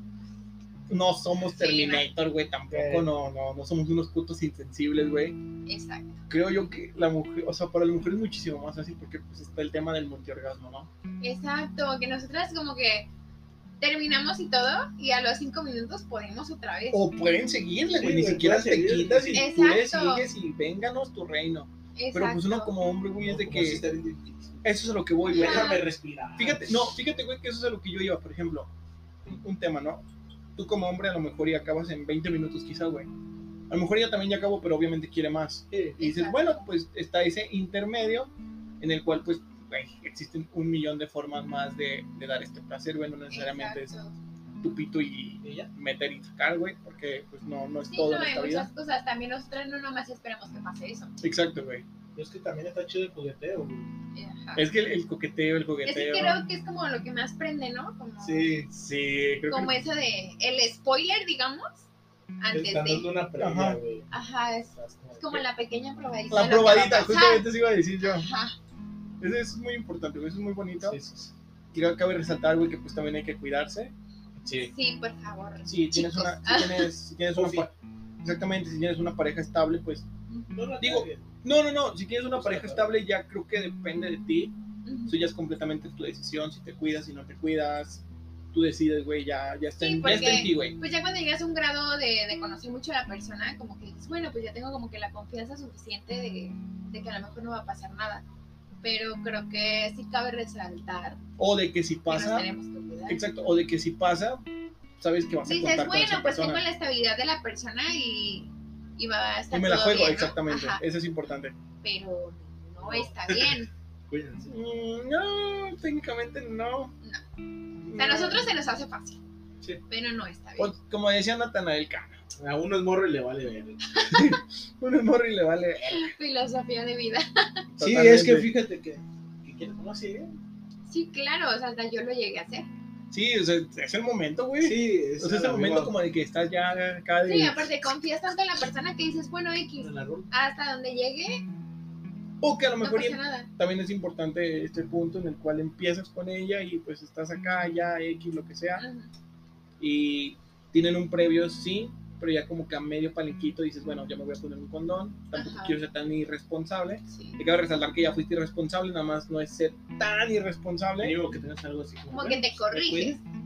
No somos Sí, Terminator, güey, tampoco, Sí. no, no, no somos unos putos insensibles, güey. Exacto. Creo yo que la mujer, o sea, para la mujer es muchísimo más fácil porque pues está el tema del multiorgasmo, ¿no? Exacto, que nosotras como que terminamos y todo, y a los cinco minutos podemos otra vez. O pueden seguirle, güey, Sí, ni güey, siquiera pueden te seguir. quitas y tú le Exacto. sigues y vénganos tu reino. Exacto. Pero pues uno como hombre, güey, es de Como si que está bien difícil. eso es a lo que voy, güey. Ajá. Déjame respirar. Fíjate, no, fíjate, güey, que eso es a lo que yo iba, por ejemplo, un, un tema, ¿no? Tú como hombre a lo mejor y acabas en veinte minutos quizá, güey. A lo mejor ella también ya acabó, pero obviamente quiere más. Sí. Y dices, Exacto. bueno, pues está ese intermedio en el cual, pues, güey, existen un millón de formas más de, de dar este placer, güey, no necesariamente Exacto. es tu pito y ¿Y ya? meter y sacar, güey, porque pues no, no es Sí, todo no, en hay esta muchas vida. cosas. También nosotras no nomás esperamos que pase eso. Exacto, güey. Pero es que también está chido el jugueteo, güey. Ajá. Es que el, el coqueteo, el Es que jugueteo. creo que es como lo que más prende, ¿no? Como, Sí. Sí, creo como que eso de el spoiler, digamos, antes Están dando de. una previa, Ajá. güey. Ajá, es, Estás como es como que- la pequeña probadita. la de lo que va a probadita, pasar. justamente eso iba a decir yo. Ajá, Eso es muy importante, güey, eso es muy bonito. Sí, sí, sí. Y creo que cabe resaltar, güey, que pues también hay que cuidarse. Sí. sí, por favor. Si tienes chicos. una, si tienes, si tienes una Ufi. pa- exactamente, si tienes una pareja estable, pues, No, no, Digo, nadie. no, no, no, si tienes una Pues, pareja claro. estable ya creo que depende de ti. Ujú. Eso ya es completamente tu decisión, si te cuidas, si no te cuidas, tú decides, güey, ya, ya, está Sí, en, ya está en porque- ti, güey. Pues ya cuando llegas a un grado de, de conocer mucho a la persona, como que dices, bueno, pues ya tengo como que la confianza suficiente de, de que a lo mejor no va a pasar nada. Pero creo que sí cabe resaltar O de que si que nos pasa, tenemos que cuidar. exacto, o de que si pasa, sabes que vas a Dices, contar con bueno, esa pues tengo persona. la estabilidad de la persona y, y va a estar Y me la todo juego, bien, ¿no? exactamente, Ajá, eso es importante. pero no está bien. Cuídense. Mm, no, técnicamente no. O sea, a nosotros se nos hace fácil, Sí. pero no está bien. O, como decía Natanael Cano, A uno es morro y le vale ver. uno es morro y le vale. Filosofía de vida. Sí, Totalmente. es que fíjate que. que quién- ¿Cómo así? eh? Sí, claro, o sea, hasta yo lo llegué a hacer. Sí, o sea, es el momento, güey. Sí, O sea, es el momento como de que estás ya acá de... Sí, aparte confías tanto en la persona que dices, bueno, X, En la ruta. hasta donde llegue, O que a lo no mejor pasa nada. también es importante este punto en el cual empiezas con ella y pues estás acá, ya X, lo que sea, Ujú. y tienen un previo, sí, pero ya como que a medio palenquito dices, bueno, ya me voy a poner un condón, tampoco Ajá. quiero ser tan irresponsable. Sí. Te cabe resaltar que ya fuiste irresponsable, nada más no es ser tan irresponsable, Digo que tengas algo así como. Como que bueno, te pues, corriges. cuides.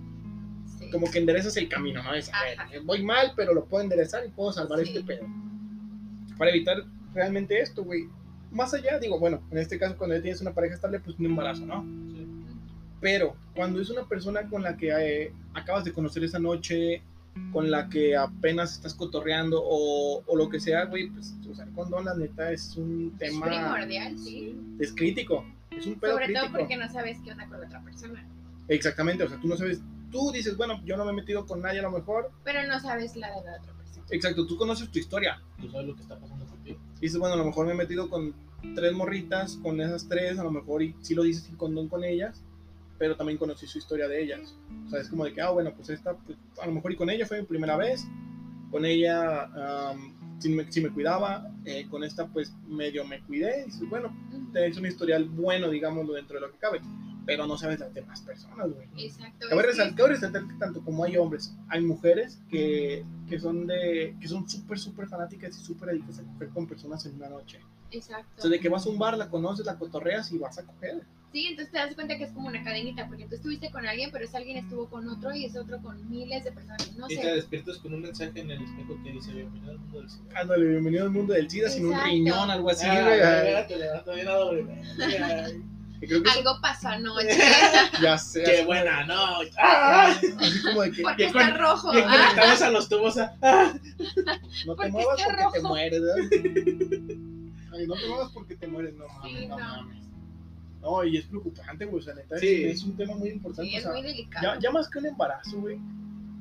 Sí. como que enderezas el camino, ¿no? Es, a ver, Ajá. voy mal, pero lo puedo enderezar y puedo salvar Sí. este pedo. Para evitar realmente esto, güey. Más allá, digo, bueno, en este caso cuando ya tienes una pareja estable, pues un embarazo, ¿no? Sí. Pero cuando es una persona con la que eh, acabas de conocer esa noche, con la que apenas estás cotorreando o, o lo que sea, güey, pues usar condón, la neta, es un Es tema, primordial, sí. es crítico, es un pedo Sobre crítico. todo porque no sabes qué onda con la otra persona. Exactamente, o sea, tú no sabes, tú dices, bueno, yo no me he metido con nadie a lo mejor, Pero no sabes la de la otra persona. exacto, tú conoces tu historia, Tú sabes lo que está pasando contigo. dices, bueno, a lo mejor me he metido con tres morritas, con esas tres, a lo mejor y sí lo dices sin condón con ellas, pero también conocí su historia de ellas. O sea, es como de que, ah, bueno, pues esta, pues, a lo mejor y con ella fue mi primera vez, con ella um, sí, me, sí me cuidaba, eh, con esta pues medio me cuidé, y dices, bueno, Ujú. es un historial bueno, digámoslo, dentro de lo que cabe, pero no sabes las demás personas, güey. Exacto. Cabe es que- resaltar, cabe resaltar que tanto como hay hombres, hay mujeres que, que son de que son súper, súper fanáticas y súper adictas a coger con personas en una noche. Exacto. O sea, de que vas a un bar, la conoces, la cotorreas y vas a coger. Sí, entonces te das cuenta que es como una cadenita, porque tú estuviste con alguien, pero ese alguien estuvo con otro y ese otro con miles de personas. No Y te sé. despiertas con un mensaje en el espejo que dice: bienvenido al mundo del cine. Ándale, bienvenido al mundo del SIDA sin un Exacto. riñón, algo así, Ah, güey. mira, te levantas bien a doble. Ay, Que creo que eso, Algo pasó anoche. ya sé. ¡Qué así, buena noche! ¡Ah! así como de que Porque Bien está con- rojo. Bien Ah, conectados a los tubos. ah, ah. no te porque muevas está porque te rojo. mueres, ¿verdad? Ay, no te muevas porque te mueres, no mames, Sí, no, no. mames. No, y es preocupante, güey, o sea, neta, es- Sí. es, un tema muy importante. sí, o es sea, muy delicado. ya, ya más que un embarazo, güey.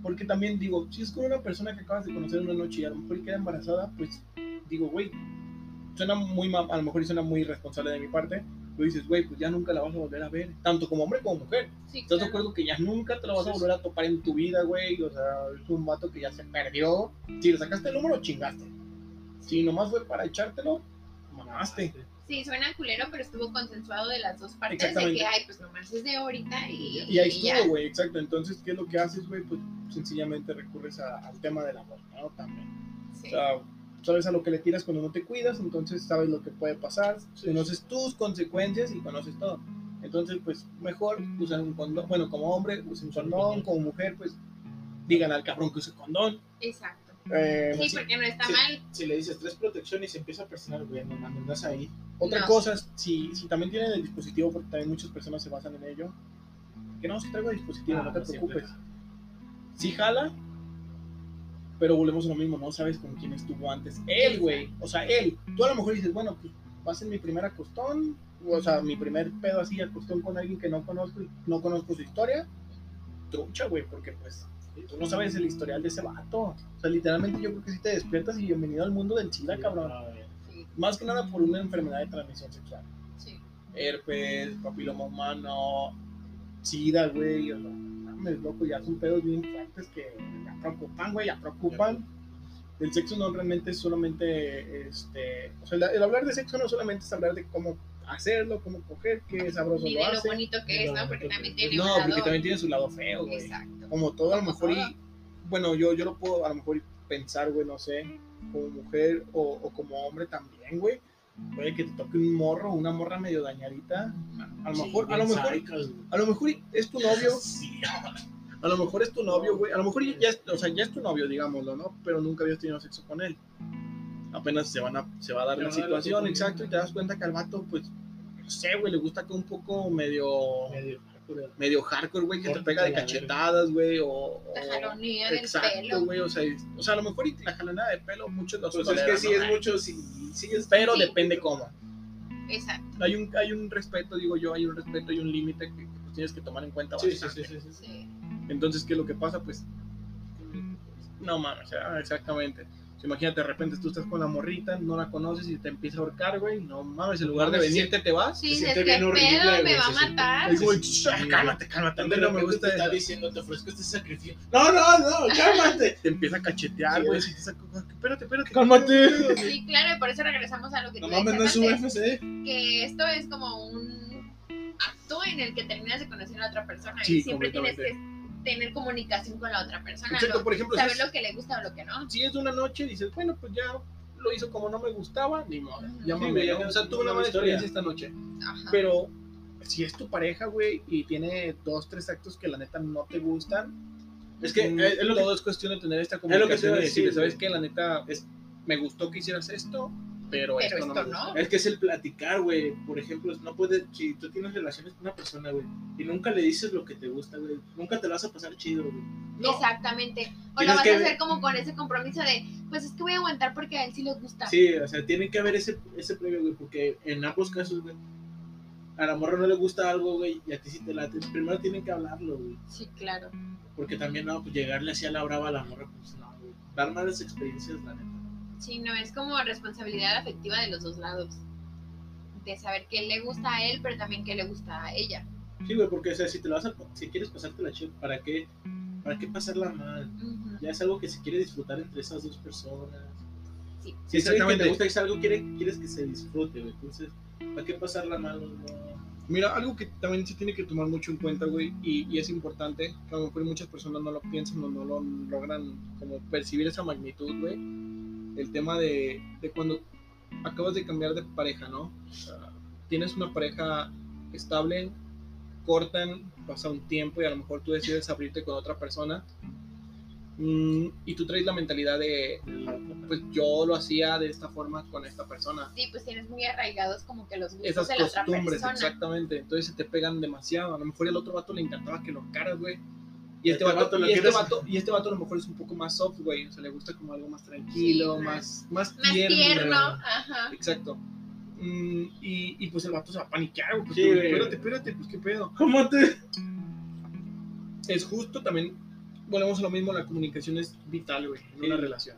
Porque también digo, si es con una persona que acabas de conocer una noche y a lo mejor queda embarazada, pues digo, güey, suena muy mal, a lo mejor suena muy irresponsable de mi parte, pero dices, güey, pues ya nunca la vas a volver a ver, tanto como hombre como mujer. Sí, ¿Estás de claro. acuerdo que ya nunca te la vas a Sí, volver a topar en tu vida, güey? O sea, es un vato que ya se perdió. Si le sacaste el número, chingaste. Si nomás fue para echártelo, mamaste. Sí, suena culero, pero estuvo consensuado de las dos partes de Exactamente. que, ay, pues nomás es de ahorita y, Y ahí ya. estuvo, güey, exacto. Entonces, ¿qué es lo que haces, güey? Pues sencillamente recurres a- al tema del amor, ¿no? También. Sí. O sea, sabes a lo que le tiras cuando no te cuidas, entonces sabes lo que puede pasar, Sí. conoces tus consecuencias y conoces todo. Entonces, pues, mejor usar un condón. Bueno, como hombre, usen un condón, como mujer, pues, digan al cabrón que use condón. Exacto. Eh, Sí, sí. porque no está Sí. mal. Si le dices tres protección y se empieza a presionar, güey, no mames, no es ahí. Otra No. cosa, si, si también tienen el dispositivo, porque también muchas personas se basan en ello, que no, si traigo el dispositivo, Ah, no te siempre. preocupes. Sí jala, pero volvemos a lo mismo, no sabes con quién estuvo antes. Él, güey, o sea, él. Tú a lo mejor dices, bueno, pues va a ser mi primer acostón, o sea, mi primer pedo así, acostón con alguien que no conozco y no conozco su historia. Trucha, güey, porque pues tú no sabes el historial de ese vato. O sea, literalmente yo creo que si te despiertas y bienvenido al mundo del SIDA, cabrón. Sí, Más que nada por una enfermedad de transmisión sexual. sí. Herpes, papiloma humano, SIDA, güey, o sea, mames, loco, ya son pedos bien fuertes que ya preocupan, güey, ya preocupan. El sexo no realmente es solamente, este, o sea, el, el hablar de sexo no solamente es hablar de cómo hacerlo, cómo coger, qué sabroso Y lo de lo hace. bonito que es, ¿no? Porque también tiene No, un lado... porque también tiene su lado feo, güey. Exacto. Como todo, a lo Como mejor, todo. y, bueno, yo, yo lo puedo a lo mejor pensar, güey, no sé, como mujer o, o como hombre también, güey. Puede que te toque un morro, una morra medio dañadita. A lo mejor, a lo mejor, a lo mejor es tu novio. Sí. A lo mejor es tu novio, güey. A lo mejor ya es, o sea, ya es tu novio, digámoslo, ¿no? Pero nunca habías tenido sexo con él. Apenas se, van a, se va a dar Se la va a dar la situación, oportunidad. exacto, y te das cuenta que al vato, pues, no sé, güey, le gusta que un poco medio, Medio. medio hardcore, güey, que te Corta pega de la cachetadas, güey, o, o- La jalonía del exacto, pelo. güey, o sea, y- o sea, a lo mejor y la jalonada de pelo muchos los Pues es que toleran, sí ¿no? es mucho, sí, sí es. Pero Sí. depende cómo. Exacto. Hay un, hay un respeto, digo yo, hay un respeto y un límite que, que pues, tienes que tomar en cuenta Sí, sí, bastante. sí, sí, sí. Sí. Entonces, ¿qué es lo que pasa? Pues, no mames, o sea, exactamente. Imagínate, de repente tú estás con la morrita, no la conoces y te empieza a ahorcar, güey. No mames, en lugar de mames, venirte, te vas. Sí, Se es siente que bien horrible, pedo, me güey, va a se siente- matar. Es como, "Shh, cálmate, cálmate, a mí De no me repente gusta te está eso". diciendo, te ofrezco este sacrificio. No, no, no, cálmate. Te empieza a cachetear, Sí, güey. güey. Si te saca- Espérate, espérate. Cálmate. espérate. Sí, claro, y por eso regresamos a lo que No tú mames, no es decías U antes, F C. que esto es como un acto en el que terminas de conocer a otra persona Sí, y siempre tienes que completamente. tener comunicación con la otra persona, Exacto, ¿no? por ejemplo, Saber si es- lo que le gusta o lo que no. si es de una noche, dices, bueno, pues ya lo hizo como no me gustaba, ni modo. Ya Sí, me güey, ¿no? ya O sea, tuve una una mala historia. experiencia esta noche. Ajá. Pero si es tu pareja, güey, y tiene dos, tres actos que la neta no te gustan, Es que mm, es, es lo que todo es cuestión de tener esta lo que te comunicación iba a y decirle, decir, ¿sabes güey. qué? La neta, es, me gustó que hicieras esto, pero, Pero esto, esto no me no. gusta. Es que es el platicar, güey. Por ejemplo, no puedes, si tú tienes relaciones con una persona, güey, y nunca le dices lo que te gusta, güey, nunca te la vas a pasar chido, güey. No. Exactamente. O Tienes lo vas que a ver- hacer como con ese compromiso de, pues es que voy a aguantar porque a él sí le gusta. Sí, o sea, tiene que haber ese, ese previo, güey, porque en ambos casos, güey, a la morra no le gusta algo, güey, y a ti sí te late. Primero tienen que hablarlo, güey, Sí, claro. porque también, no, pues llegarle así a la brava a la morra, pues no, güey. Dar malas experiencias, la neta. Sí, no, es como responsabilidad afectiva de los dos lados. De saber qué le gusta a él, pero también qué le gusta a ella. Sí, güey, porque, o sea, si te la vas a, si quieres pasártela chido, ¿para qué? ¿Para qué pasarla mal? Ujú. Ya es algo que se quiere disfrutar entre esas dos personas. Sí. Si es algo que Exactamente. te gusta, es algo que quiere, quieres que se disfrute, güey. Entonces, ¿para qué pasarla mal? No? Mira, algo que también se tiene que tomar mucho en cuenta, güey, y, y es importante, que a lo mejor muchas personas no lo piensan o no lo logran como percibir esa magnitud, güey. El tema de, de cuando acabas de cambiar de pareja, ¿no? O sea, tienes una pareja estable, cortan, pasa un tiempo y a lo mejor tú decides abrirte con otra persona. Mm, y tú traes la mentalidad de, pues yo lo hacía de esta forma con esta persona. Sí, pues tienes muy arraigados como que los gustos Esas de la otra costumbres, persona. exactamente. Entonces se te pegan demasiado. A lo mejor el otro vato le encantaba que lo caras, güey. Y este, Este vato, vato lo y, este quieres- vato, y este vato a lo mejor es un poco más soft, güey. O sea, le gusta como algo más tranquilo, Sí, más, más Más tierno. tierno, ajá. Exacto. Mm, y, y pues el vato se va a paniquear, güey. Pues, Sí, tú, güey. espérate, espérate, pues qué pedo. ¿Cómo te...? Es justo también volvemos a lo mismo, la comunicación es vital, güey, en Sí. una relación.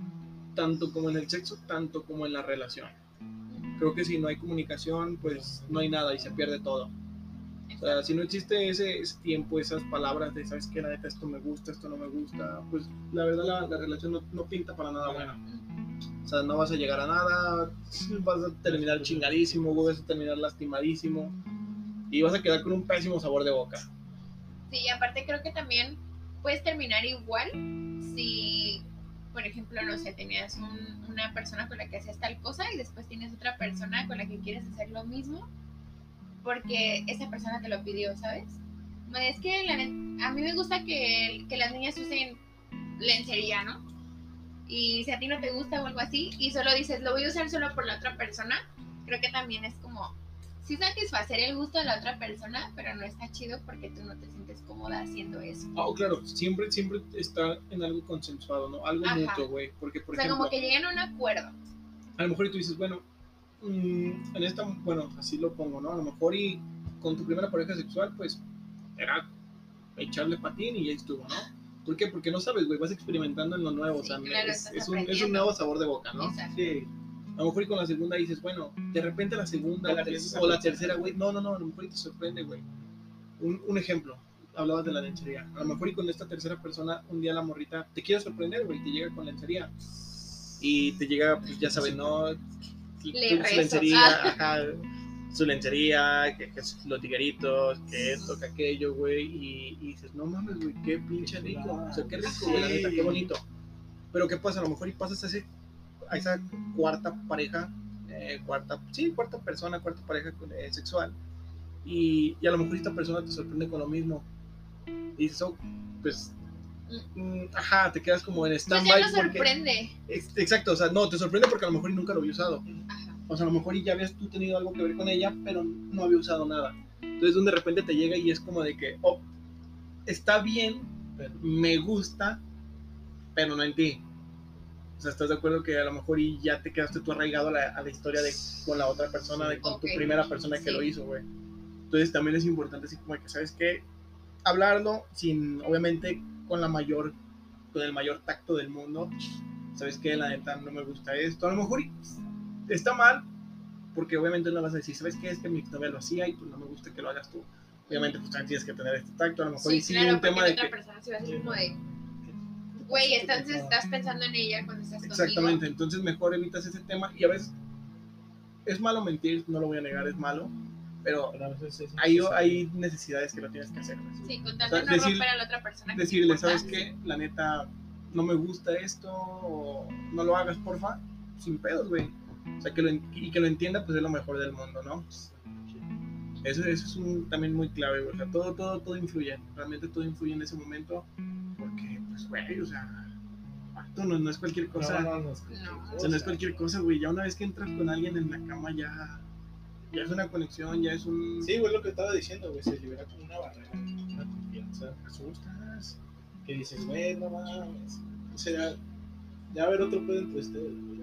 Tanto como en el sexo, tanto como en la relación. Creo que si no hay comunicación, pues no hay nada y se pierde todo. O sea, si no existe ese, ese tiempo, esas palabras de, ¿sabes qué? La neta, esto me gusta, esto no me gusta, pues la verdad la, la relación no, no pinta para nada buena. O sea, no vas a llegar a nada, vas a terminar chingadísimo, güey, vas a terminar lastimadísimo y vas a quedar con un pésimo sabor de boca. Sí, y aparte creo que también puedes terminar igual si, por ejemplo, no sé, tenías un- una persona con la que hacías tal cosa y después tienes otra persona con la que quieres hacer lo mismo porque esa persona te lo pidió, ¿sabes? Bueno, es que la net- a mí me gusta que, que las niñas usen lencería, ¿no? Y si a ti no te gusta o algo así y solo dices, lo voy a usar solo por la otra persona, creo que también es como, sí satisfacer el gusto de la otra persona, pero no está chido porque tú no te sientes cómoda haciendo eso. Oh, claro, siempre, siempre está en algo consensuado, ¿no? Algo Ajá. mutuo, güey. Porque, por O sea, ejemplo, como que lleguen a un acuerdo. a lo mejor y tú dices, bueno, mmm, en esta, bueno, así lo pongo, ¿no? A lo mejor y con tu primera pareja sexual, pues, era echarle patín y ya estuvo, ¿no? ¿Por qué? Porque no sabes, güey, vas experimentando en lo nuevo, Sí, o sea, claro, es, estás es, un, es un aprendiendo. nuevo sabor de boca, ¿no? Exacto. Sí. A lo mejor y con la segunda dices, bueno, de repente la segunda Te o, la ter- empiezas a o la gustar. tercera, güey, no, no, no, a lo mejor y te sorprende, güey. Un, un ejemplo, hablabas de la lencería. A lo mejor y con esta tercera persona, un día la morrita te quiere sorprender, güey, te llega con lencería. Y te llega, pues ya sabes, ¿no? Su Le su rezo. lencería, Ah. ajá, su lencería, que, que los tigueritos, que esto, que aquello, güey. Y, y dices, no mames, güey, qué pinche rico. O sea, qué rico, güey, la neta, qué bonito. Pero ¿qué pasa? A lo mejor y pasas a, ese, a esa cuarta pareja, eh, cuarta, sí, cuarta persona, cuarta pareja eh, sexual. Y, y a lo mejor esta persona te sorprende con lo mismo. Y dices, oh, pues, mm, ajá, te quedas como en Pues stand-by. ya no porque- sorprende. Ex- Exacto, o sea, no, te sorprende porque a lo mejor y nunca lo había usado. Ajá. O sea, a lo mejor y ya habías tú tenido algo que ver con ella, pero no había usado nada. Entonces, donde de repente te llega y es como de que, oh, está bien, Pero- me gusta, pero no en ti. O sea, ¿estás de acuerdo que a lo mejor y ya te quedaste tú arraigado a la, a la historia de con la otra persona, de con Ok. tu primera persona que Sí. lo hizo, güey? Entonces, también es importante así como que, ¿sabes qué? Hablarlo sin, obviamente, con la mayor, con el mayor tacto del mundo. ¿Sabes qué? La neta no me gusta esto. A lo mejor y está mal, porque obviamente no vas a decir, ¿sabes qué? Es que mi novia lo hacía y pues no me gusta que lo hagas tú. Obviamente, pues también tienes que tener este tacto. A lo mejor y Sí, sí claro, un porque tema la de otra que. persona se va a decir como de, güey, entonces estás pensando en ella cuando estás Exactamente, entonces mejor evitas ese tema. Y a veces es malo mentir, no lo voy a negar, es malo, pero pero a veces es hay, necesario. hay necesidades que lo tienes que hacer. güey. conmigo. Sí, con tal O sea, de no decir- romper a la otra persona. que te Decirle, importa. ¿sabes qué? La neta, no me gusta esto, o no lo hagas, porfa, sin pedos, güey. O sea, que lo, en- y que lo entienda, pues es lo mejor del mundo, ¿no? Eso, eso es un, también muy clave, güey. O sea, todo, todo, todo influye. Realmente todo influye en ese momento. Porque, pues, güey, o sea, esto no, no es cualquier cosa. No, no, no, es cualquier No. O sea, no es cualquier cosa, güey. Ya una vez que entras con alguien en la cama, ya, ya es una conexión, ya es un. Sí, güey, lo que estaba diciendo, güey, se libera como una barrera, una confianza. Asustas. Que dices, güey, no mames. O sea, ya va a haber otro pedo entre ustedes, güey.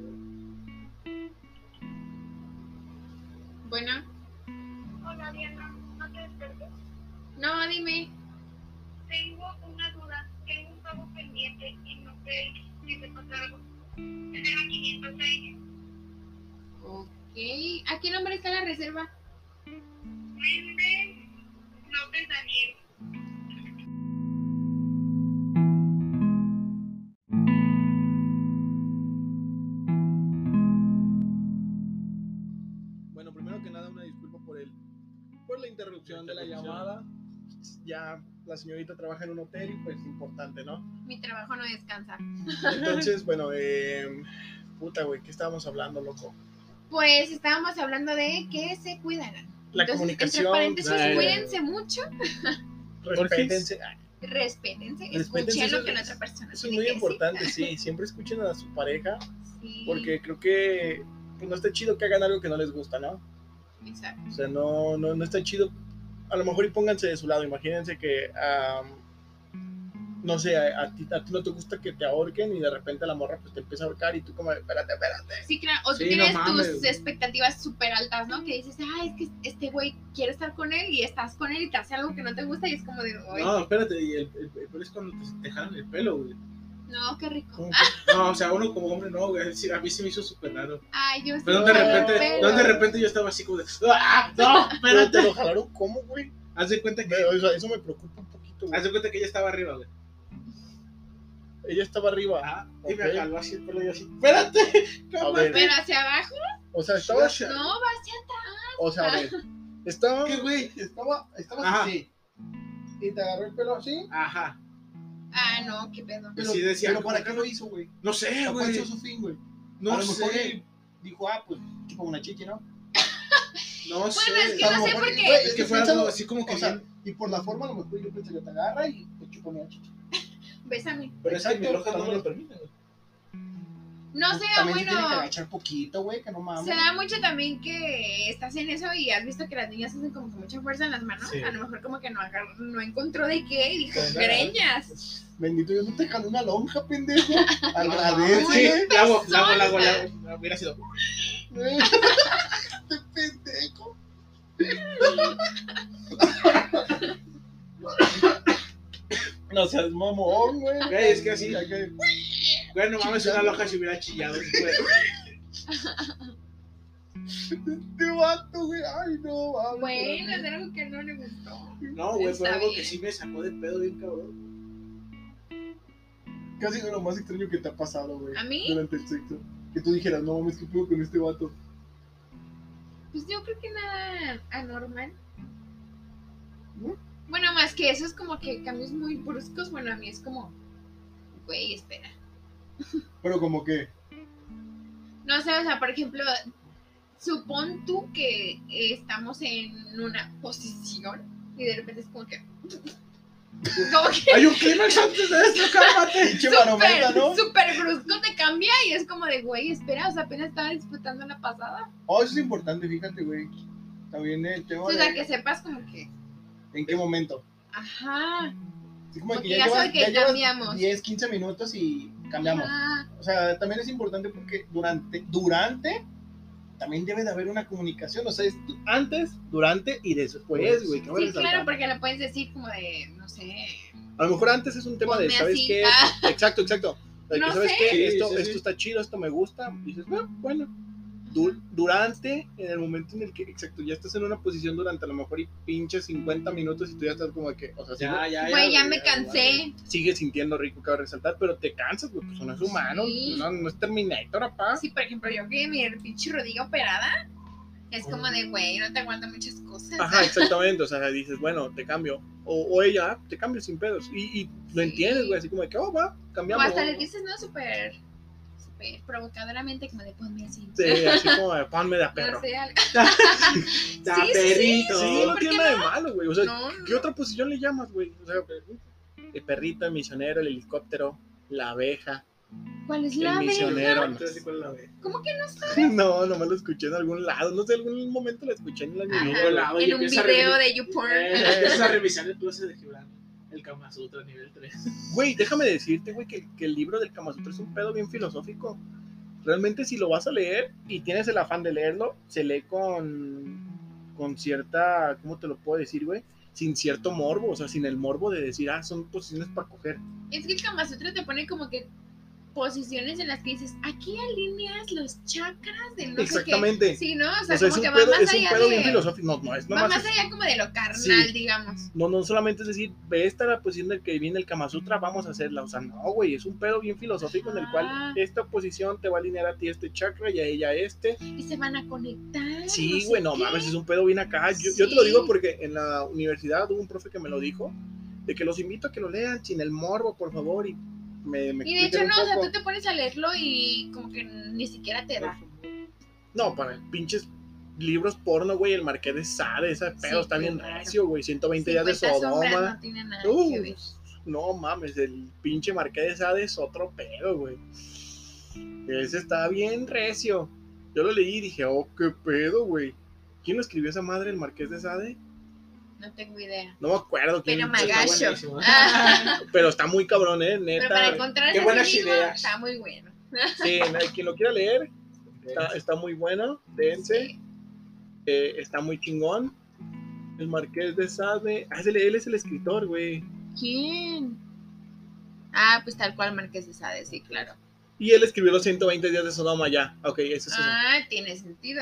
Bueno, Hola Diana, no te despertes. no, dime. Tengo una duda, tengo un pago pendiente y no sé si te pasa algo. Es de la quinientos seis. Ok, ¿a qué nombre está la reserva? Méndez López Daniel. Bueno, primero que nada, una disculpa por el por la interrupción La de la interrupción. llamada. Ya la señorita trabaja en un hotel y pues importante, ¿no? Mi trabajo no descansa. Entonces, bueno, eh, puta, güey, ¿qué estábamos hablando, loco? Pues estábamos hablando de que se cuidaran. La Entonces, comunicación, entre paréntesis, eh, cuídense mucho, respétense. Ay, respétense, Respétense, escuchen eso lo que es- la otra persona eso es tiene muy que importante, sí. Siempre escuchen a su pareja, decir. Sí, porque creo que pues, no está chido que hagan algo que no les gusta, ¿no? exacto. O sea, no, no, no está chido. A lo mejor y pónganse de su lado. Imagínense que, um, no sé, a, a ti, a ti no te gusta que te ahorquen y de repente la morra pues te empieza a ahorcar y tú como, espérate, espérate. Sí, claro. O tú Sí, tienes no mames, tus güey. expectativas súper altas, ¿no? Que dices, ah, es que este güey quiere estar con él y estás con él y te hace algo que no te gusta y es como de, "Ay, No, espérate, y el, el, el peor es cuando te, te jalan el pelo, güey. no, qué rico. ¿Cómo No, o sea, uno como hombre no, güey. Sí, a mí se me hizo súper raro. Ay, yo sí. Pero de quiero repente, pelo. no, de repente yo estaba así como de, ¡ah! ¡No! que- Pero te ¡Espérate! lo jalaron, ¿cómo, güey? Haz de cuenta que, Me- o sea, eso me preocupa un poquito, güey. haz de cuenta que ella estaba arriba, güey. Ella estaba arriba. Ah, y me Ok. jaló así el pelo y yo así, ¡espérate! A ver, Pero hacia abajo, o sea, estaba, no, va hacia atrás. o sea, a ver, estaba, ¿Qué, güey? estaba, estaba Ajá. así. Y te agarró el pelo así. Ajá. Ah, no, qué pedo. Pero, Sí decía, pero ¿cómo ¿para que qué no? lo hizo, güey? No sé, ¿A cuál güey. fue su fin, güey? No a lo mejor sé. él dijo, ah, pues, tipo una chichi, ¿no? No sé. Bueno, es que A lo no sé mejor, por qué. güey, Es que fue piénsalo, algo así como que o sea, bien- y por la forma a lo mejor yo pensé que te agarra y te chupa una chichi. Bésame. Pero es que mi Exacto, loja no me también. lo permite, güey. No sé, También se tiene que bueno, agachar poquito, güey, que no mames. se da mucho también que estás en eso y has visto que las niñas hacen como que mucha fuerza en las manos. Sí. A lo mejor como que no agar- no encontró de qué y dijo, Pues nada. greñas. Bendito, yo no te jalé una lonja, pendejo. Sí, Agradece. la hago, la hago, la hago, la hago. Hubiera sido. Este pendejo. No seas mamón, güey. Güey, es que así- Ya que- Güey, no mames, una loja se hubiera chillado, güey. Este vato, güey. Ay, no, mames. Bueno, es algo que no le gustó. No, güey, fue Está algo bien. que sí me sacó de pedo bien cabrón. Casi de lo más extraño que te ha pasado, güey. ¿A mí? Durante el sexo. Que tú dijeras, no mames, ¿qué pedo con este vato? Pues yo creo que nada anormal. ¿No? Bueno, más que eso es como que cambios muy bruscos. Bueno, a mí es como, güey, espera. Pero como que, No sé, o sea, por ejemplo, supón tú que estamos en una posición y de repente es como que. Como que Hay un clímax antes de esto, cálmate. pinche marometa, ¿no? súper, súper brusco te cambia y es como de, güey, espera, o sea, apenas estaba disfrutando la pasada. Oh, eso es importante, fíjate, güey. También el tema O sea, de que sepas como que, en qué momento. ajá. Así como Porque que ya ya, sabe llevas, que ya llevas cambiamos. diez, quince minutos y cambiamos. Ajá. O sea, también es importante porque durante, durante, también debe de haber una comunicación. O sea, es du- antes, durante y después, güey. cabe Sí, resaltar. claro, porque le puedes decir como de, no sé. A lo mejor antes es un tema de, Ponme ¿sabes así. qué? Ah. Exacto, exacto. De que, No ¿sabes sé. qué? Sí, Esto, sí, sí. esto está chido, esto me gusta. Y dices, bueno, bueno. Du- durante, en el momento en el que, exacto, ya estás en una posición durante a lo mejor y pinches cincuenta minutos y tú ya estás como de que, o sea, Ya, sigue- ya, ya. Güey, ya güey, me cansé. sigues sintiendo rico, cabe resaltar, pero te cansas, güey, pues no es humano, Sí. no, no es Terminator, apá. Sí, por ejemplo, yo que mi pinche rodilla operada, es como de, güey, no te aguanta muchas cosas. Ajá, exactamente, o sea, dices, bueno, te cambio. O, o ella, ah, te cambio sin pedos. Y, y lo Sí. entiendes, güey, así como de que, oh, va, O cambiamos. hasta le dices, no, súper, súper provocadoramente, como de ponme así. Sí, así como de ponme de a perro. No sé, algo. Ya, Sí, sí, perrito. Sí, no ¿por tiene qué nada de malo, güey. O sea, No, no. ¿qué otra posición le llamas, güey? O sea, el perrito, el misionero, el helicóptero, la abeja, ¿Cuál es el la misionero. abeja? No, Entonces, ¿cuál la ve? ¿Cómo que no sabes? no, nomás lo escuché en algún lado. No sé, algún momento lo escuché en la Ajá, niñera, güey. lado y en un empieza a video revi- de YouPorn. Eh, empiezas a revisar el closet de Gibran. El Kama Sutra nivel tres. Güey, déjame decirte, güey, que, que el libro del Kama Sutra es un pedo bien filosófico. Realmente, si lo vas a leer y tienes el afán de leerlo, se lee con, con cierta, ¿cómo te lo puedo decir, güey? Sin cierto morbo, o sea, sin el morbo de decir, ah, son posiciones para coger. Es que el Kama Sutra te pone como que posiciones en las que dices, aquí alineas los chakras de no sé Exactamente. qué. Sí, ¿no? O O sea, sea, es como un que va pedo, más es un allá pedo bien de... filosófico. No, no, es Va nomás más es- allá como de lo carnal, Sí. digamos. No, no solamente es decir, ve esta la posición del que viene el Kama Sutra, vamos a hacerla. O sea, no, güey, es un pedo bien filosófico en el cual Ah. esta posición te va a alinear a ti este chakra y a ella este. Y se van a conectar. Sí, sé güey, no qué. mames, es un pedo bien acá. Yo, yo te lo Sí. digo porque en la universidad hubo un profe que me lo dijo, de que los invito a que lo lean sin el morbo, por favor, y me, me Y de hecho expliquen no, o un sea, poco. tú te pones a leerlo y como que ni siquiera te da. No, para pinches libros porno, güey, el Marqués de Sade, ese pedo Sí, está bien claro. recio, güey, ciento veinte días de cincuenta sombras Sodoma. no tiene nada Uh, que ver. no mames, el pinche Marqués de Sade es otro pedo, güey. Ese está bien recio. Yo lo leí y dije, oh, qué pedo, güey. ¿Quién lo escribió esa madre, el Marqués de Sade? No tengo idea. No me acuerdo quién. Pero me está agacho. buenísimo. Ah, Pero está muy cabrón, eh, pero para neta. encontrar qué ese buenas libro ideas. está muy bueno. Sí, quien lo quiera leer, está, está muy bueno, dense. Sí. Eh, está muy chingón. El Marqués de Sade. Ah, es el- él es el escritor, güey. ¿Quién? Ah, pues tal cual Marqués de Sade, sí, claro. Y él escribió los ciento veinte días de Sodoma ya. Ok, eso es. Ah, tiene sentido.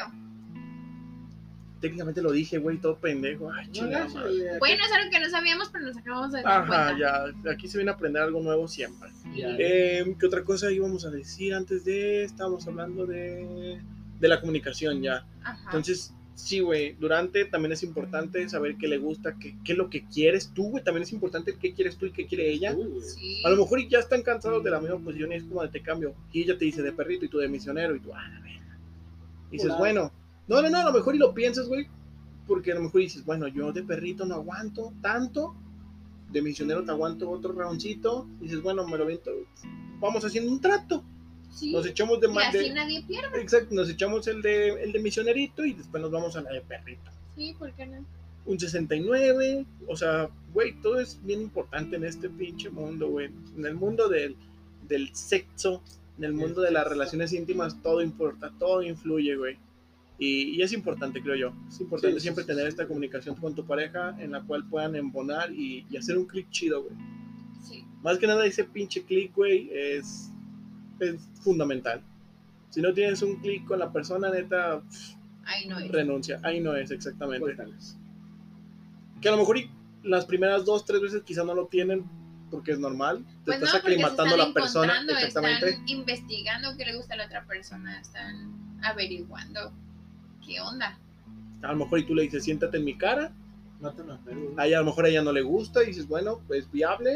Técnicamente lo dije, güey, todo pendejo. Ay, No, chingada no, madre. sí, Bueno, es algo que no sabíamos, pero nos acabamos de dar Ajá, cuenta. ya. Aquí se viene a aprender algo nuevo siempre. ya. Eh, ¿Qué otra cosa íbamos a decir antes de? Estábamos hablando de, de la comunicación ya. Ajá. Entonces, sí, güey, durante también es importante saber qué le gusta, qué, qué es lo que quieres tú, güey. También es importante qué quieres tú y qué quiere ella. Uy, güey. Sí. A lo mejor ya están cansados de la misma posición y es como de te cambio. Y ella te dice de perrito y tú de misionero y tú, ah, la verga. Y dices, Hola. bueno, no, no, no, a lo mejor y lo piensas, güey, porque a lo mejor dices, bueno, yo de perrito no aguanto tanto, de misionero te aguanto otro roundcito. Y dices, bueno, me lo viento, vamos haciendo un trato. Sí. Nos echamos de Y más así de. nadie pierde. Exacto, nos echamos el de, el de misionerito y después nos vamos a la de perrito. Sí, ¿por qué no? Un sesenta y nueve, o sea, güey, todo es bien importante en este pinche mundo, güey. En el mundo del, del sexo, en el mundo de las relaciones íntimas, todo importa, todo influye, güey. Y, y es importante, creo yo. Es importante Sí, sí, siempre sí, tener sí. esta comunicación con tu pareja en la cual puedan embonar y, y hacer un clic chido, güey. Sí. Más que nada, ese pinche clic, güey, es, es fundamental. Si no tienes un clic con la persona, neta, pff, Ahí no es. renuncia. Ahí no es exactamente. Cuéntales. Que a lo mejor y las primeras dos, tres veces quizá no lo tienen porque es normal. Te Pues no, estás porque se aclimatando a están la persona. encontrando, Exactamente. están investigando qué le gusta a la otra persona, están averiguando qué onda. A lo mejor y tú le dices, siéntate en mi cara. No te lo pego. A ella a lo mejor a ella no le gusta y dices, bueno, pues viable.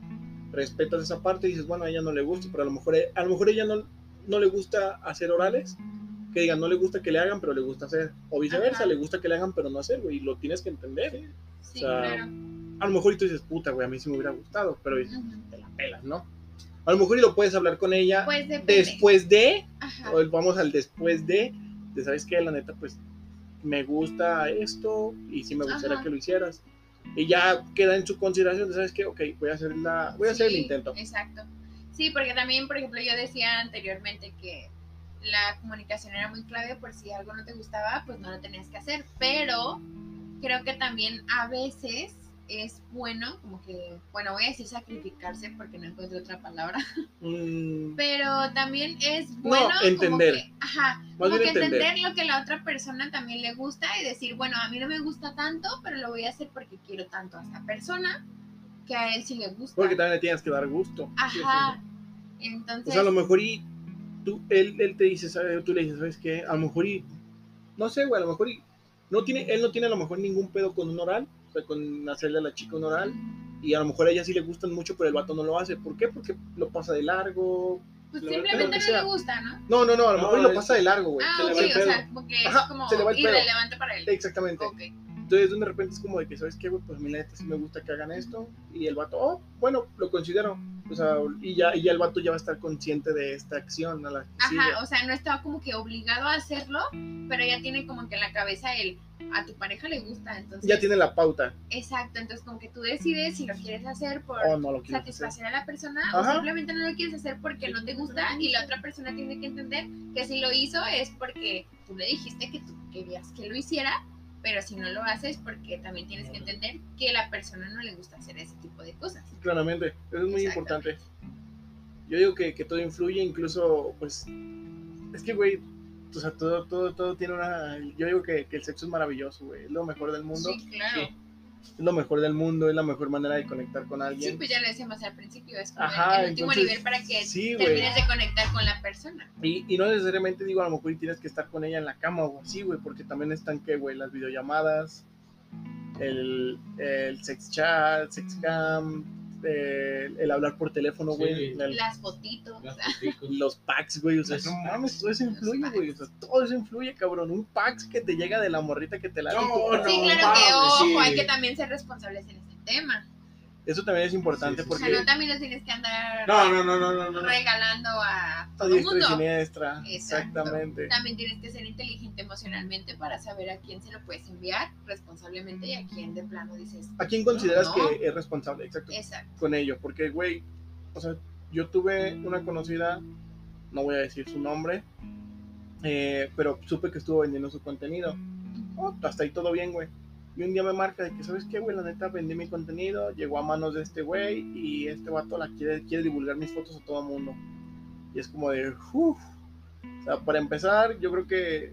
Respetas esa parte y dices, bueno, a ella no le gusta, pero a lo mejor a lo mejor ella no, no le gusta hacer orales. Que digan, no le gusta que le hagan, pero le gusta hacer. O viceversa, Ajá. le gusta que le hagan, pero no hacer, güey. Y lo tienes que entender. Sí, O sea, claro. A lo mejor y tú dices, puta, güey, a mí sí me hubiera gustado, pero dices, Ujú. te la pelas, ¿no? A lo mejor y lo puedes hablar con ella Pues depende. después de, Ajá. o vamos al después de, de sabes qué, la neta, pues me gusta esto y sí me gustaría Ajá. que lo hicieras. Y ya queda en su consideración de, sabes qué, ok, voy a hacer la, voy a hacer el Sí, intento. Exacto. Sí, porque también, por ejemplo, yo decía anteriormente que la comunicación era muy clave, por si algo no te gustaba, pues no lo tenías que hacer. Pero creo que también a veces es bueno, como que, bueno, voy a decir sacrificarse porque no encuentro otra palabra, Mm, pero también es bueno entender. como que, ajá, Más como bien que entender. entender. lo que la otra persona también le gusta y decir, bueno, a mí no me gusta tanto, pero lo voy a hacer porque quiero tanto a esta persona que a él sí le gusta. porque también le tienes que dar gusto. Ajá. O Entonces, sea, a lo mejor y tú, él, él te dice, ¿sabes? Tú le dices, ¿sabes qué? A lo mejor y, no sé, güey, a lo mejor y, no tiene, él no tiene a lo mejor ningún pedo con un oral, o sea, con hacerle a la chica un oral, y a lo mejor a ella sí le gustan mucho, pero el vato no lo hace. ¿Por qué? Porque lo pasa de largo. pues lo- lo simplemente que no sea. le gusta, ¿no? No, no, no, a lo No, mejor y lo es- pasa de largo, güey. Ah, Se le ok, va el o pedo. sea, como que Ajá, es como se le va el pedo. irrelevante para él. Exactamente. Ok. Entonces, de repente es como de que, ¿sabes qué, güey? Pues a mí la neta sí me gusta que hagan esto. Y el vato, oh, bueno, lo considero. O sea, y ya, y ya el vato ya va a estar consciente de esta acción a la que sigue. Ajá, o sea, no estaba como que obligado a hacerlo, pero ya tiene como que en la cabeza el, a tu pareja le gusta, entonces. Ya tiene la pauta. Exacto, entonces como que tú decides si lo quieres hacer por O no lo quieres hacer. satisfacer a la persona Ajá. o simplemente no lo quieres hacer porque no te gusta y la otra persona tiene que entender que si lo hizo es porque tú le dijiste que tú querías que lo hiciera, pero si no lo haces porque también tienes que entender que a la persona no le gusta hacer ese tipo de cosas. Claramente, eso es muy importante. Yo digo que, que todo influye, incluso, pues, es que, güey, o sea, todo, todo, todo tiene una... Yo digo que, que el sexo es maravilloso, güey, es lo mejor del mundo. Sí, claro. Sí. Es lo mejor del mundo, es la mejor manera de conectar con Sí, alguien. pues ya lo decíamos al principio, es como Ajá, el último entonces, nivel para que sí, güey. termines de conectar con la persona. Y, y no necesariamente digo, a lo mejor tienes que estar con ella en la cama o así, güey, porque también están, ¿qué, güey? Las videollamadas, el, el sex chat, sex cam, el, el hablar por teléfono, Sí. güey, el- Las fotitos. Las foticos. los packs, güey, o sea, Los no packs. mames, todo eso Los influye, güey, o sea, todo eso influye, cabrón, un pack que te llega de la morrita que te la No, Sí, no, claro que mames, ojo, sí. hay que también ser responsables en ese tema. Eso también es importante Sí, sí, O sea, porque no también los tienes que andar No, no, no, no, no, no. regalando a a todo el diestra y mundo. siniestra. Exacto. Exactamente. También tienes que ser inteligente emocionalmente para saber a quién se lo puedes enviar responsablemente y a quién de plano dices. ¿A quién consideras No. que es responsable? Exacto. Exacto. Con ello, porque, güey, o sea, yo tuve una conocida, no voy a decir su nombre, eh, pero supe que estuvo vendiendo su contenido. Oh, hasta ahí todo bien, güey. Y un día me marca de que, ¿sabes qué, güey? La neta, vendí mi contenido, llegó a manos de este güey y este vato la quiere, quiere divulgar mis fotos a todo mundo. Y es como de, uff. O sea, para empezar, yo creo que,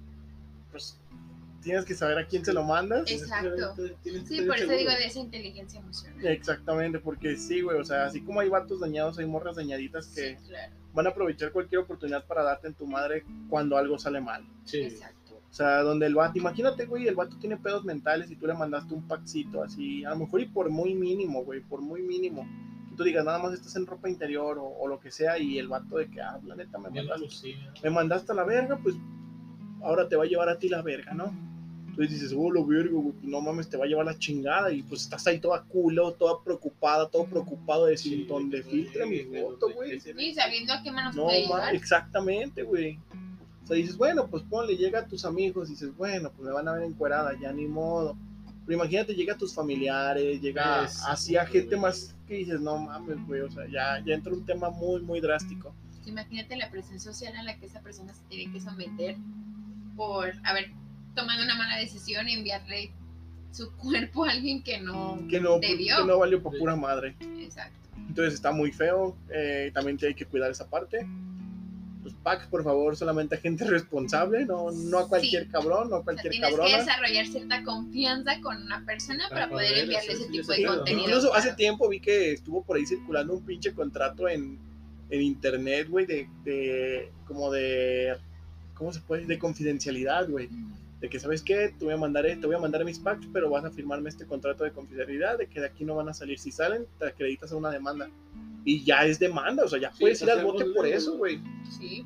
pues, tienes que saber a quién se lo mandas. Exacto. Sí, por eso digo de esa inteligencia emocional. Exactamente, porque sí, güey, o sea, así como hay vatos dañados, hay morras dañaditas que Sí, claro. van a aprovechar cualquier oportunidad para darte en tu madre cuando algo sale mal. Sí. Exacto. O sea, donde el vato, imagínate, güey, el vato tiene pedos mentales y tú le mandaste un packcito así, a lo mejor y por muy mínimo, güey, por muy mínimo. Que tú digas, nada más estás en ropa interior o, o lo que sea y el vato de que, ah, la neta, me Bien mandaste, alucina. me mandaste a la verga, pues ahora te va a llevar a ti la verga, ¿no? Entonces dices, oh, lo vergo, güey, no mames, te va a llevar la chingada y pues estás ahí toda culo, toda preocupada, todo preocupado de decir, Sí, ¿dónde güey, filtra mi güey, foto, güey, güey? Y sabiendo a qué manos No, puede ma, llegar. exactamente, güey. O sea, dices, bueno, pues ponle, llega a tus amigos, dices, bueno, pues me van a ver encuerada, ya ni modo. Pero imagínate, llega a tus familiares, llega Es, así a güey. gente más que dices, no mames, güey, o sea, ya, ya entra un tema muy, muy drástico. Imagínate la presión social a la que esa persona se tiene que someter por haber tomado una mala decisión y enviarle su cuerpo a alguien que no Que no, debió. que no valió por pura madre. Exacto. Entonces está muy feo, eh, también hay que cuidar esa parte. Los packs, por favor, solamente a gente responsable, no, no a cualquier Sí. cabrón, no a O sea, cualquier tienes cabrona. que desarrollar cierta confianza con una persona para, Para poder poder enviarle hacer ese ese tipo de pedo, ¿no? contenido. Incluso hace claro. tiempo vi que estuvo por ahí circulando un pinche contrato en, en internet, güey, de, de como de, ¿cómo se puede? De confidencialidad, güey. De que, ¿sabes qué? Te voy a mandar, te voy a mandar mis packs, pero vas a firmarme este contrato de confidencialidad, de que de aquí no van a salir. Si salen, te acreditas a una demanda. Y ya es demanda, o sea, ya Sí, puedes ir al hacemos bote por luego, eso, güey. Sí.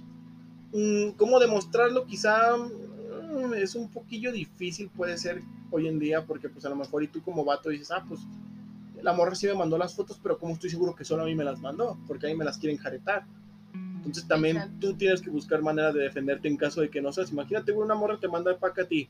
Mm, ¿Cómo demostrarlo? Quizá mm, es un poquillo difícil, puede ser hoy en día, porque pues a lo mejor y tú como vato dices, ah, pues la morra sí me mandó las fotos, pero ¿cómo estoy seguro que solo a mí me las mandó? Porque a mí me las quieren jaretar. Entonces también Exacto. tú tienes que buscar maneras de defenderte en caso de que no seas. Imagínate, güey, una morra te manda el pack a ti,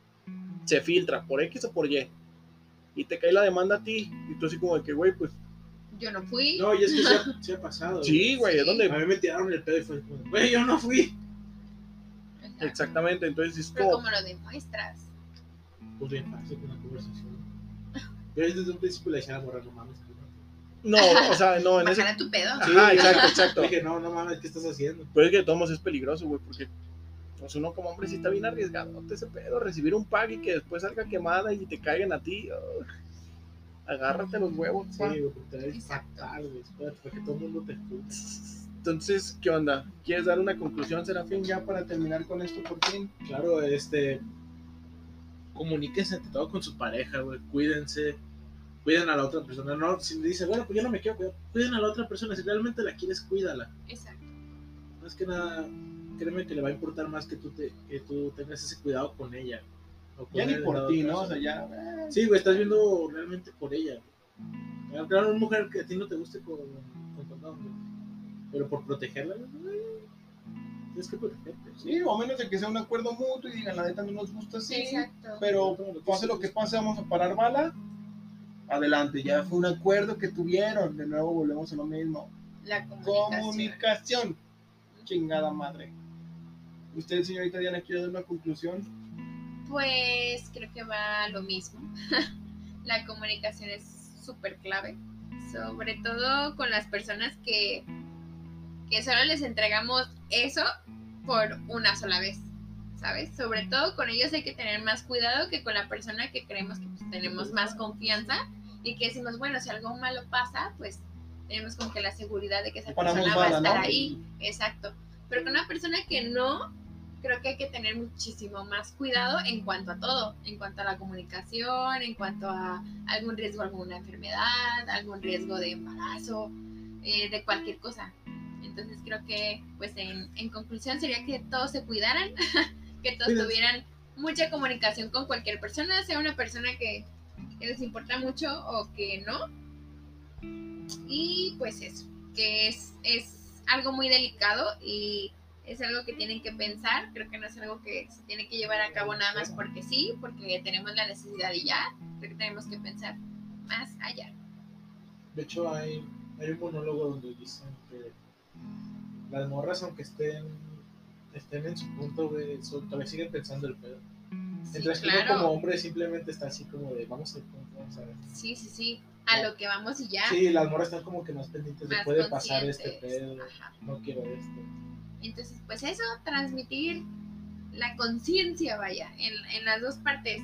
se filtra por X o por Y, y te cae la demanda a ti, y tú así como de que, güey, pues Yo no fui. No, y es que se ha, se ha pasado. sí, güey, Sí. ¿de dónde? A mí me tiraron el pedo y fue como, güey, yo no fui. Exacto. Exactamente, entonces es Pero como, como lo demuestras. Pues bien fácil con la conversación. Yo desde un principio le decía a la morra, no mames. no, o sea, no, en ese... Bajar a tu pedo. Ajá, exacto, exacto. Le dije, no, no mames, ¿qué estás haciendo? Pues es que de todos modos es peligroso, güey, porque pues uno como hombre sí está bien arriesgado ese pedo, recibir un pack y que después salga quemada y te caigan a ti. Oh, agárrate los huevos, Sí, pa. güey, porque te ves Exacto. fatal, güey. Espérate, para que todo el mundo te escuche. Entonces, ¿qué onda? ¿Quieres dar una conclusión, Serafín, ya para terminar con esto por fin? Claro, este. Comuníquense ante todo con su pareja, güey. Cuídense. Cuiden a la otra persona. No, si le dice, bueno, pues yo no me quiero cuidar. Cuiden a la otra persona. Si realmente la quieres, cuídala. Exacto. Más que nada, créeme que le va a importar más que tú, te, que tú tengas ese cuidado con ella. O con Ya ni él, en por dado ti, ¿no? caso. O sea, ya... eh. Sí, güey, estás viendo realmente por ella. Güey. Claro, una mujer que a ti no te guste con, con condón, güey. Pero por protegerla, güey, tienes que protegerte. Sí, o a menos de que sea un acuerdo mutuo y digan, la neta no nos gusta así, Exacto. pero pase lo que pase, vamos a parar bala. Adelante, ya fue un acuerdo que tuvieron. De nuevo volvemos a lo mismo. La comunicación. Comunicación. Chingada madre. ¿Usted, señorita Diana, quiere dar una conclusión? Pues creo que va a lo mismo. La comunicación es súper clave, sobre todo con las personas que, que solo les entregamos eso por una sola vez, ¿sabes? Sobre todo con ellos hay que tener más cuidado que con la persona que creemos que pues, tenemos más confianza y que decimos, bueno, si algo malo pasa, pues tenemos como que la seguridad de que esa Paramos persona va a bala, estar ¿no? ahí. Exacto. Pero con una persona que no, creo que hay que tener muchísimo más cuidado en cuanto a todo, en cuanto a la comunicación, en cuanto a algún riesgo, alguna enfermedad, algún riesgo de embarazo, eh, de cualquier cosa. Entonces creo que, pues en, en conclusión sería que todos se cuidaran, que todos Cuídense. tuvieran mucha comunicación con cualquier persona, sea una persona que que les importa mucho o que no. Y pues eso, que es, es algo muy delicado y es algo que tienen que pensar. Creo que no es algo que se tiene que llevar a cabo nada más porque sí, porque tenemos la necesidad y ya. Creo que tenemos que pensar más allá. De hecho, hay, hay un monólogo donde dicen que las morras, aunque estén, estén en su punto, güey, son- todavía siguen pensando el pedo. Sí, Entonces, uno claro. como hombre simplemente está así como de, vamos a ir punto, vamos a ver. Sí, sí, sí. A lo que vamos y ya. Sí, las morras están como que más pendientes de Más puede pasar conscientes. este pedo, Ajá. no quiero esto. Entonces, pues eso, transmitir la conciencia, vaya, en, en las dos partes.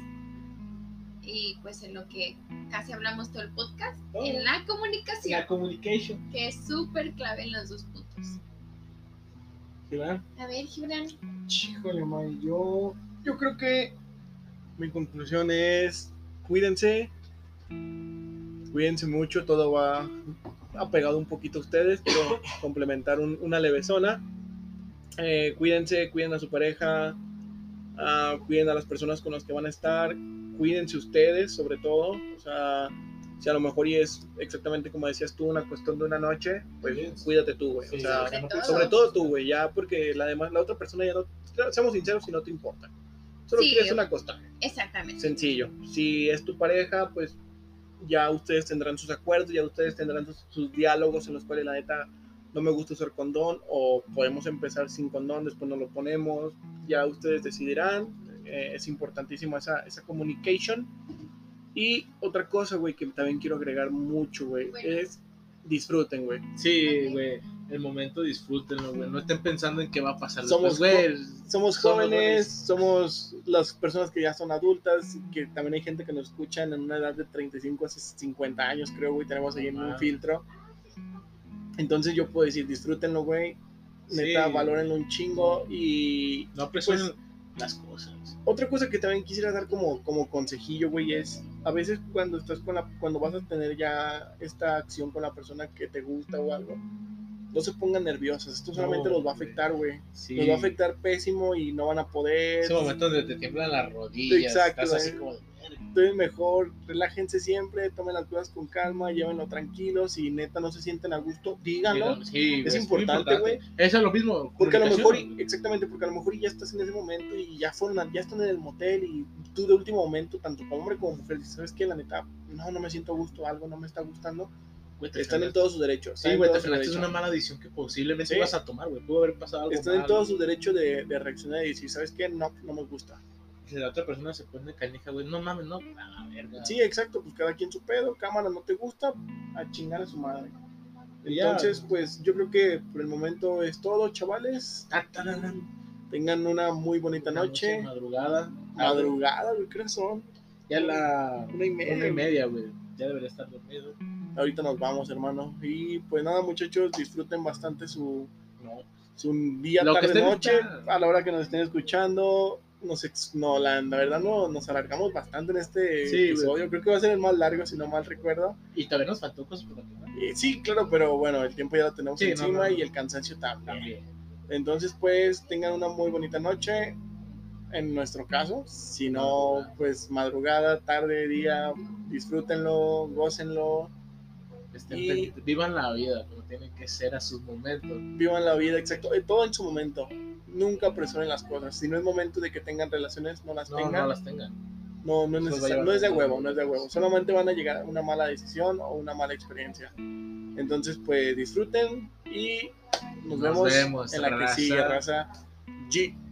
Y pues en lo que casi hablamos todo el podcast, Oh. en la comunicación, La communication, que es súper clave en los dos puntos. ¿sí, verdad? A ver, Gibran. Híjole, man, yo, yo creo que mi conclusión es cuídense, cuídense mucho, todo va apegado un poquito a ustedes, pero complementar un- una levesona. Eh, cuídense, cuiden a su pareja, ah, cuiden a las personas con las que van a estar, cuídense ustedes sobre todo, o sea, si a lo mejor y es exactamente como decías tú, una cuestión de una noche, pues Cuídense. cuídate tú, güey, Sí, o sea, sobre no todo. te- sobre todo tú, güey, ya porque la demás, la otra persona ya no, seamos sinceros, si no te importa, solo Sí. quieres una costa, Exactamente. sencillo, si es tu pareja, pues ya ustedes tendrán sus acuerdos, ya ustedes tendrán sus, sus diálogos en los cuales la neta no me gusta usar condón o podemos empezar sin condón, después no lo ponemos, ya ustedes decidirán, eh, es importantísimo esa, esa communication. Y otra cosa, güey, que también quiero agregar mucho, güey, Bueno. es disfruten, güey. Sí, güey, el momento disfrútenlo, güey, no estén pensando en qué va a pasar Somos después, güey. Somos Somos jóvenes, jóvenes. somos las personas que ya son adultas, que también hay gente que nos escuchan en una edad de treinta y cinco a cincuenta años, creo, güey, tenemos ahí en un Ajá. filtro. Entonces yo puedo decir, disfrútenlo, güey, neta, Sí. valórenlo un chingo. Y No apresuren Pues- las cosas. otra cosa que también quisiera dar como, como consejillo, güey, es a veces cuando estás con la, cuando vas a tener ya esta acción con la persona que te gusta o algo, no se pongan nerviosos, esto solamente No, los va a güey. afectar, güey. Sí. Los va a afectar pésimo y no van a poder. Ese momento donde te tiemblan las rodillas, Exacto, estás así güey. como de, Entonces mejor relájense siempre, tomen las cosas con calma, llévenlo tranquilos, si neta no se sienten a gusto, díganlo. Sí, güey, Es muy importante, güey. Eso es lo mismo. Porque a lo mejor, comunicación. exactamente, porque a lo mejor ya estás en ese momento y ya fueron, a- ya están en el motel y tú de último momento, tanto como hombre como mujer, dices, ¿sabes qué? La neta, no, no me siento a gusto, algo no me está gustando. Güey, te Están en frenaste- todos sus derechos. están Sí, en güey, te todos sus frenaste de derechos. una mala decisión que posiblemente Sí. ibas a tomar, güey. Pudo haber pasado algo Están en mal, todo güey. su derecho de, de reaccionar y decir, ¿sabes qué? No, no me gusta. Si la otra persona se pone canija, güey, no mames, no, a la verga. Sí, exacto, pues cada quien su pedo, cámara, no te gusta, a chingar a su madre. Y ya. Entonces, pues yo creo que por el momento es todo, chavales. Ta, ta, ta, ta. Tengan una muy bonita Una noche. madrugada. Madrugada, güey, ¿qué hora son? Ya la Una y media. una y media, güey. Ya debería estar dormido. Ahorita nos vamos, hermano. Y pues nada, muchachos, disfruten bastante su, No. su día, Lo que tarde, estén noche, escuchando. a la hora que nos estén escuchando. Nos ex- no, la, la verdad no, nos alargamos bastante en este Sí, episodio. güey. Creo que va a ser el más largo, si no mal recuerdo. Y todavía nos faltó cosas por aquí, ¿no? Eh, sí, claro, pero bueno, el tiempo ya lo tenemos Sí, no, encima no, no. y el cansancio también. También. Entonces, pues, tengan una muy bonita noche, en nuestro caso. Si no, pues, madrugada, tarde, día, disfrútenlo, gócenlo, Estén Y- pendientes. Vivan la vida como tiene que ser a sus momentos. vivan la vida, exacto, eh, todo en su momento. Nunca apresuren las cosas. Si no es momento de que tengan relaciones, no las No, tengan. no las tengan. No, no es, Eso va a necesario, llevar no es de tiempo. huevo, no es de huevo. Solamente van a llegar a una mala decisión o una mala experiencia. Entonces, pues, disfruten y nos, Nos vemos, vemos, en la que raza. sigue, raza. G.